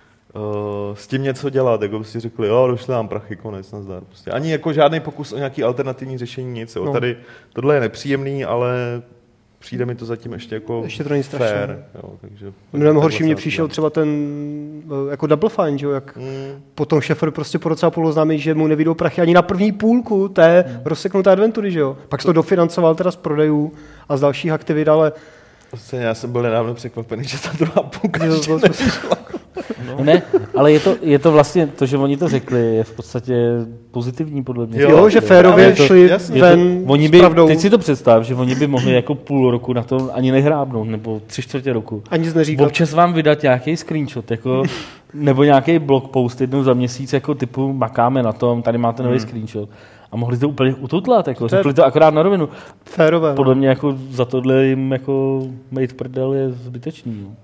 uh, s tím něco dělat, jako si řekli, jo, došli nám prachy, konec, nazdar. Prostě. Ani jako žádný pokus o nějaký alternativní řešení, nic. Jo. No. Tady tohle je nepříjemný, ale přijde mi to zatím ještě jako ještě to není fair. Jo, takže mnohem horší mě přišel třeba ten jako Double Fine, že jo, jak mm. potom Schaeffer prostě po roce a půl oznámil, že mu nevyjdou prachy ani na první půlku té mm. rozseknuté adventury, že jo. Pak se to dofinancoval teda z prodejů a z dalších aktivit, ale já jsem byl nedávno překvapený, že ta druhá půlka ještě nešla. No. Ne, ale je to, je to vlastně, to, že oni to řekli, je v podstatě pozitivní podle mě. Jo, jo že férově to, šli ven to, oni s by, pravdou. teď si to představ, že oni by mohli jako půl roku na to ani nehrábnout, nebo tři čtvrtě roku. Ani nic neříkat. Občas vám vydat nějaký screenshot, jako, nebo nějaký blog post jednou za měsíc, jako typu makáme na tom, tady máte nový hmm. screenshot. A mohli to úplně ututlat, jako, to řekli to akorát na rovinu. Férové. Podle mě jako za tohle jim jako made prdel je zbytečný. No.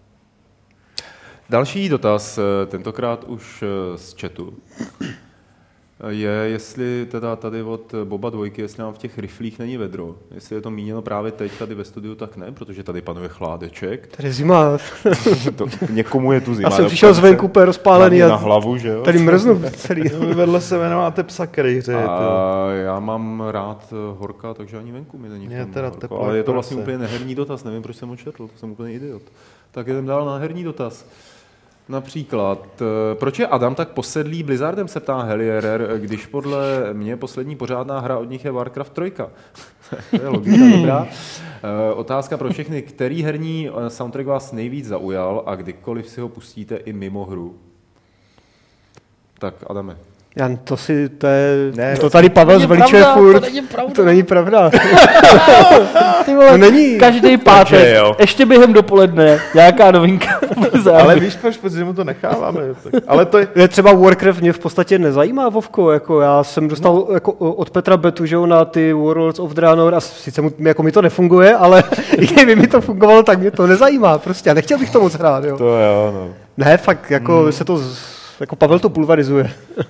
Další dotaz, tentokrát už z chatu, je, jestli teda tady od Boba dvojky, jestli nám v těch riflích není vedro. Jestli je to míněno právě teď tady ve studiu, tak ne, protože tady panuje chládeček. Tady zima. To, někomu je tu zima. Já jsem přišel zvenku úplně rozpálený na hlavu, že jo? Tady mrznu celý. Vedle sebe nemáte psa, který hřeje. A já mám rád horka, takže ani venku mi není. Je teda teplo, ale je to vlastně úplně neherní dotaz, nevím, proč jsem ho četl, to jsem úplně idiot. Tak jdem dál na herní dotaz. Například, proč je Adam tak posedlý Blizzardem, se ptá Helierer, když podle mě poslední pořádná hra od nich je Warcraft tři. To je logika, dobrá. Otázka pro všechny, který herní soundtrack vás nejvíc zaujal a kdykoliv si ho pustíte i mimo hru? Tak, Adame. Jan, to si, to je, ne, to tady Pavel zveličuje furt. To není pravda. To není pravda. Ty vole, to není. Každý pátek, ještě během dopoledne, nějaká novinka. Ale víš, proč, protože mu to necháváme. Tak. Ale to je... je... Třeba Warcraft mě v podstatě nezajímá, Vovko. Jako já jsem dostal no. jako od Petra Betu, že na ty Warlords of Draenor a sice mu, jako mi to nefunguje, ale i kdyby mi to fungovalo, tak mě to nezajímá. Prostě já nechtěl bych to moc hrát. Jo. To jo, no. Ne, fakt, jako hmm. se to... Jako Pavel to pulverizuje.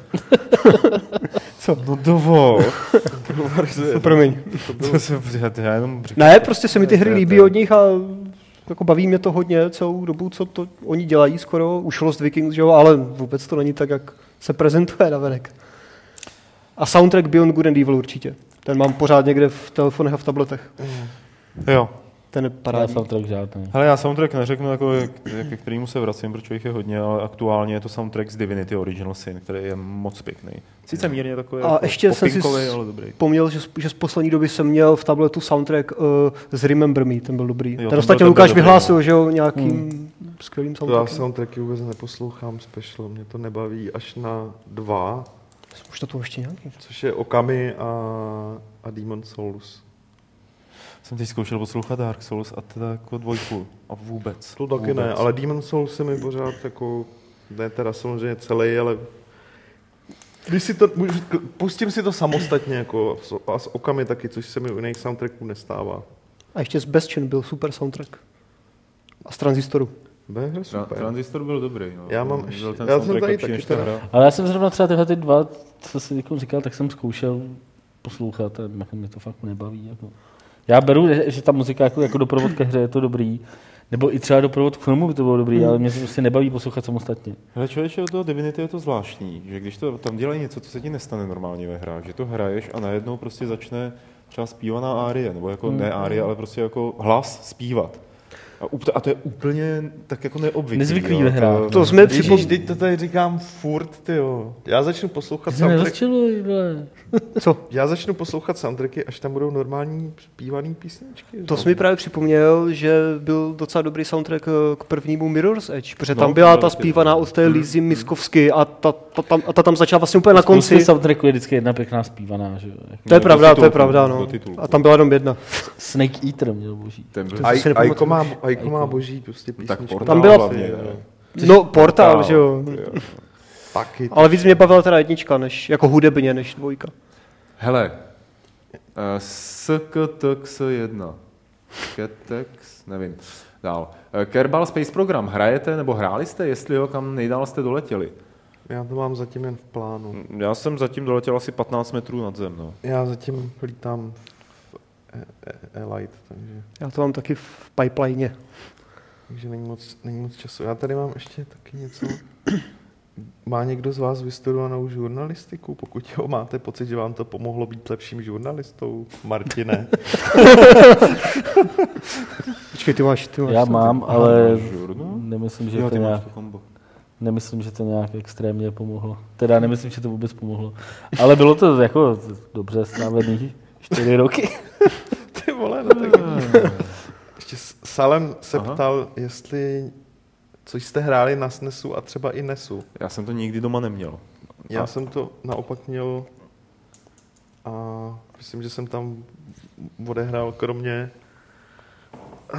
Co? No dovol. Pulverizuje. Promiň. To se, já jenom ne, prostě se mi ty hry líbí od nich a jako baví mě to hodně celou dobu, co to oni dělají skoro. Už Lost Vikings, že jo, ale vůbec to není tak, jak se prezentuje navenek. A soundtrack Beyond Good and Evil určitě. Ten mám pořád někde v telefonech a v tabletech. Jo. Ten je parádní. Soundtrack žádný. Hele, já soundtrack neřeknu, jako, ke kterému se vracím, protože jich je hodně, ale aktuálně je to soundtrack z Divinity Original Sin, který je moc pěkný. Sice mírně takový a jako ještě jsem si ale dobrý. Vzpomněl, že, že z poslední doby jsem měl v tabletu soundtrack uh, z Remember Me, ten byl dobrý. Jo, ten ostatně Lukáš vyhlásil, že jo, nějakým hmm. skvělým soundtrackem. Já soundtracky vůbec neposlouchám special, mě to nebaví až na dva. Už to tu ještě nějaký. Což je Okami a, a Demon Souls. Jsem teď zkoušel poslouchat Dark Souls a teda jako dvojku. A vůbec. To taky vůbec. Ne, ale Demon Souls se mi pořád jako, ne teda samozřejmě celý, ale když si to, pustím si to samostatně jako a s Okami taky, což se mi u jiných soundtracků nestává. A ještě z Bastion byl super soundtrack. A z Transistoru. Byl super. Transistor byl dobrý. No. Já mám ještě, ten já jsem tady taky teda. Ale já jsem zrovna třeba tyhle ty dva, co jsi říkal, tak jsem zkoušel poslouchat a mě to fakt nebaví. Jako. Já beru, že ta muzika jako, jako doprovod ke hře je to dobrý. Nebo i třeba doprovod k filmu by to bylo dobrý, hmm. ale mě se prostě nebaví poslouchat samostatně. Ale člověče, od toho Divinity je to zvláštní, že když to tam dělají něco, co se ti nestane normálně ve hrách, že to hraješ a najednou prostě začne třeba zpívaná árie, nebo jako hmm. ne árie, ale prostě jako hlas zpívat. A, a to je úplně tak jako neobvyklý. Nezvyklý ve hrách. To, to jsme připomněli. Teď to tady říkám furt, tyjo. Já začnu poslouchat soundtracky. Co? Já začnu poslouchat soundtracky, až tam budou normální zpívaný písničky. To jsi mi právě připomněl, že byl docela dobrý soundtrack k prvnímu Mirror's Edge, protože tam no, byla ta zpívaná od té Lizy Miskovsky a ta, ta, tam, a ta tam začala vlastně úplně na konci. V soundtracku je vždycky jedna pěkná zpívaná, že jo. To je pravda, to je pravda, no. A tam byla jenom jedna. Snake Eater měl boží. Aiko má, Aiko má boží prostě písničku. Tam byla... No, Portal, že jo. Taky. Ale víc mě bavila teda jednička, než, jako hudebně, než dvojka. Hele, S K T X jedna, Ketex, nevím, dál. Kerbal Space Program, hrajete nebo hráli jste, jestli jo, kam nejdál jste doletěli? Já to mám zatím jen v plánu. Já jsem zatím doletěl asi patnáct metrů nad zem, no. Já zatím lítám v Elite, takže... Já to mám taky v pipeline. Takže není moc, není moc času. Já tady mám ještě taky něco... Má někdo z vás vystudovanou žurnalistiku? Pokud jo, máte pocit, že vám to pomohlo být lepším žurnalistou? Martine. Počkej, ty máš, ty máš. Já mám, ale nemyslím, že jo, to nějak, nemyslím, že to nějak extrémně pomohlo. Teda nemyslím, že to vůbec pomohlo. Ale bylo to jako dobře strávený čtyři roky. Ty vole, no tak... Ještě Salem se Aha. ptal, jestli... Co jste hráli na SNESu a třeba i NESu? Já jsem to nikdy doma neměl. Já a... jsem to naopak měl a myslím, že jsem tam odehrál kromě uh,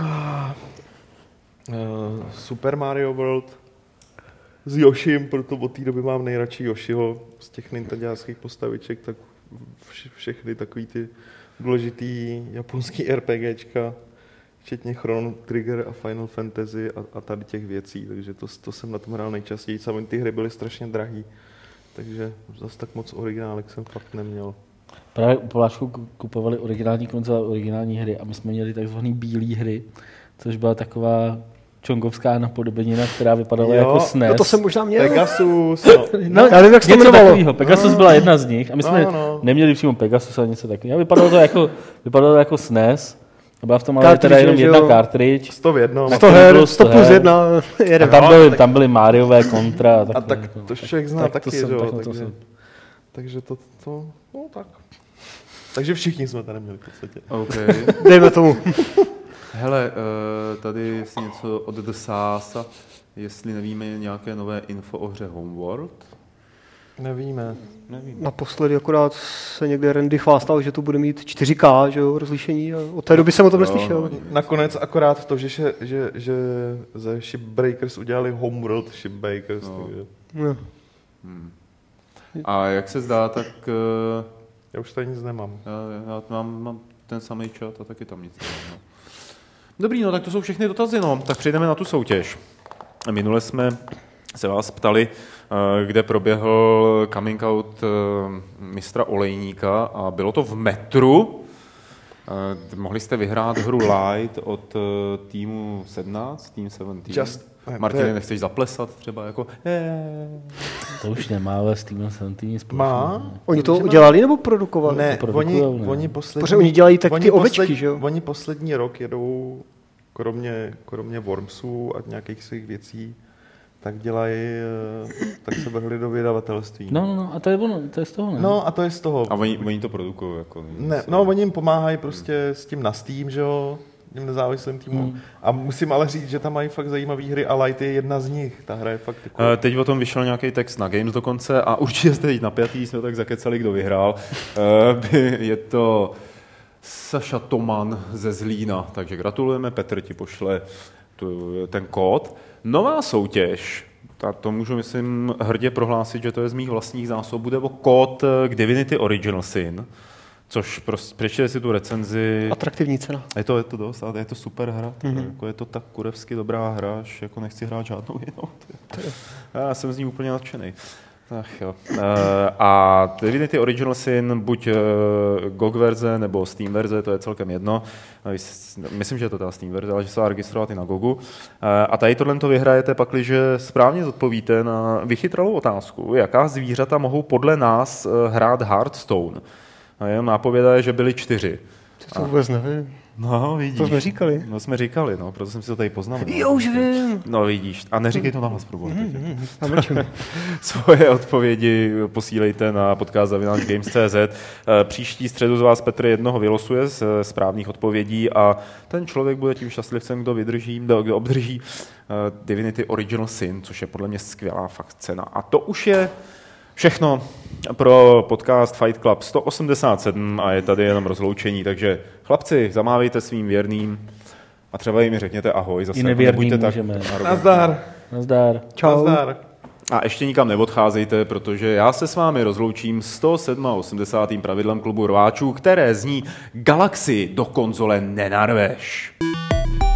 uh, Super Mario World s Yoshim, proto od té doby mám nejradši Yoshiho z těch nintendáckých postaviček, tak vše, všechny takový ty důležitý japonský RPGčka, včetně Chrono Trigger a Final Fantasy a, a tady těch věcí, takže to, to jsem na tom hrál nejčastěji. Samozřejmě ty hry byly strašně drahý, takže zase tak moc originálek jsem fakt neměl. Právě u Poláčku kupovali originální konzole, originální hry a my jsme měli takzvaný bílý hry, což byla taková čongovská napodobenina, která vypadala jo, jako SNES. No to jsem možná měl. Pegasus. No, no já nevím, jak se to jmenovalo. Pegasus no, byla jedna z nich a my jsme no, no. neměli přímo Pegasus a něco takového. Vypadalo to jako, vypadalo to jako SNES. A byla v tom ale teda jenom jedna cartridge. sto v jednom. sto her, sto plus jedna. A tam byly, tam byly Mariové kontra. A, a tak jako, to člověk zná tak taky, jo. Tak takže, to takže to, to, no tak. Takže všichni jsme tady měli v podstatě. Okay. Dejme tomu. Hele, tady si něco od The Sasa, jestli nevíme nějaké nové info o hře Homeworld. Nevíme. Nevíme. Naposledy akorát se někde Randy chvástal, že to bude mít čtyři ká, že jo, rozlišení a od té doby jsem o tom neslyšel. Nakonec akorát to, že, že, že ze Shipbreakers udělali Homeworld Shipbreakers. No. No. Hmm. A jak se zdá, tak... Uh, já už tady nic nemám. Já, já mám, mám ten samý chat a taky tam nic nemám. No. Dobrý, no tak to jsou všechny dotazy, no. Tak přejdeme na tu soutěž. Minule jsme se vás ptali, kde proběhl coming out mistra Olejníka a bylo to v Metru. Mohli jste vyhrát hru Light od týmu sedmnáct, tým sedmnáct. Just, Martine, nechceš zaplesat třeba jako? To už nemá ale s týmem sedmnáct nic společného. Má? Oni to udělali nebo produkovali? Ne, to oni, ne. oni poslední... Protože oni dělají tak oni ty ovečky, posled, že jo? Oni poslední rok jedou, kromě, kromě Wormsů a nějakých svých věcí, tak dělají, tak se vrhli do vydavatelství. No, no, no, a to je ono, to je z toho, ne? No, a to je z toho. A oni, oni to produkují, jako... Ne, no, oni jim pomáhají prostě hmm. s tím na Steam, že jo, tím nezávislým týmu. Hmm. A musím ale říct, že tam mají fakt zajímavé hry a Light je jedna z nich. Ta hra je fakt taková. Uh, teď o tom vyšel nějaký text na Games dokonce a určitě jste teď napjatý, jsme tak zakecali, kdo vyhrál. Uh, je to Saša Toman ze Zlína, takže gratulujeme, Petr ti pošle tu, ten kód. Nová soutěž, a to můžu, myslím, hrdě prohlásit, že to je z mých vlastních zásob, bude o kód k Divinity Original Sin, což prostě, přečtěte si tu recenzi. Atraktivní cena. Je to, je to dost, ale je to super hra, mm-hmm. jako je to tak kurevsky dobrá hra, že jako nechci hrát žádnou jinou. Já jsem z ní úplně nadšený. Ach jo. Uh, a Divinity Original Sin, buď uh, G O G verze nebo Steam verze, to je celkem jedno. Myslím, že je to ta Steam verze, ale že se dá registrovat i na Gogu. Uh, a tady tohle to vyhrajete pakliže správně zodpovíte na vychytralou otázku, jaká zvířata mohou podle nás uh, hrát Hearthstone. A jenom nápověda je, že byly čtyři. To vůbec nevím. No, vidíš. To jsme říkali. No, jsme říkali, no, proto jsem si to tady poznamenal. Jo, už vím. No, vidíš. A neříkej to nahlas, pro boha. Svoje odpovědi posílejte na podcast zavináč games tečka cé zet. Příští středu z vás Petr jednoho vylosuje z správných odpovědí a ten člověk bude tím šťastlivcem, kdo vydrží, kdo obdrží Divinity Original Sin, což je podle mě skvělá fakt cena. A to už je všechno pro podcast Fight Club sto osmdesát sedm a je tady jenom rozloučení, takže chlapci, zamávejte svým věrným a třeba jim řekněte ahoj, zase nebuďte tak arrogantní. Nazdar. Nazdar. Čau. Nazdar. A ještě nikam neodcházejte, protože já se s vámi rozloučím sto osmdesátým sedmým pravidlem klubu rváčů, které zní Galaxy do konzole nenarveš.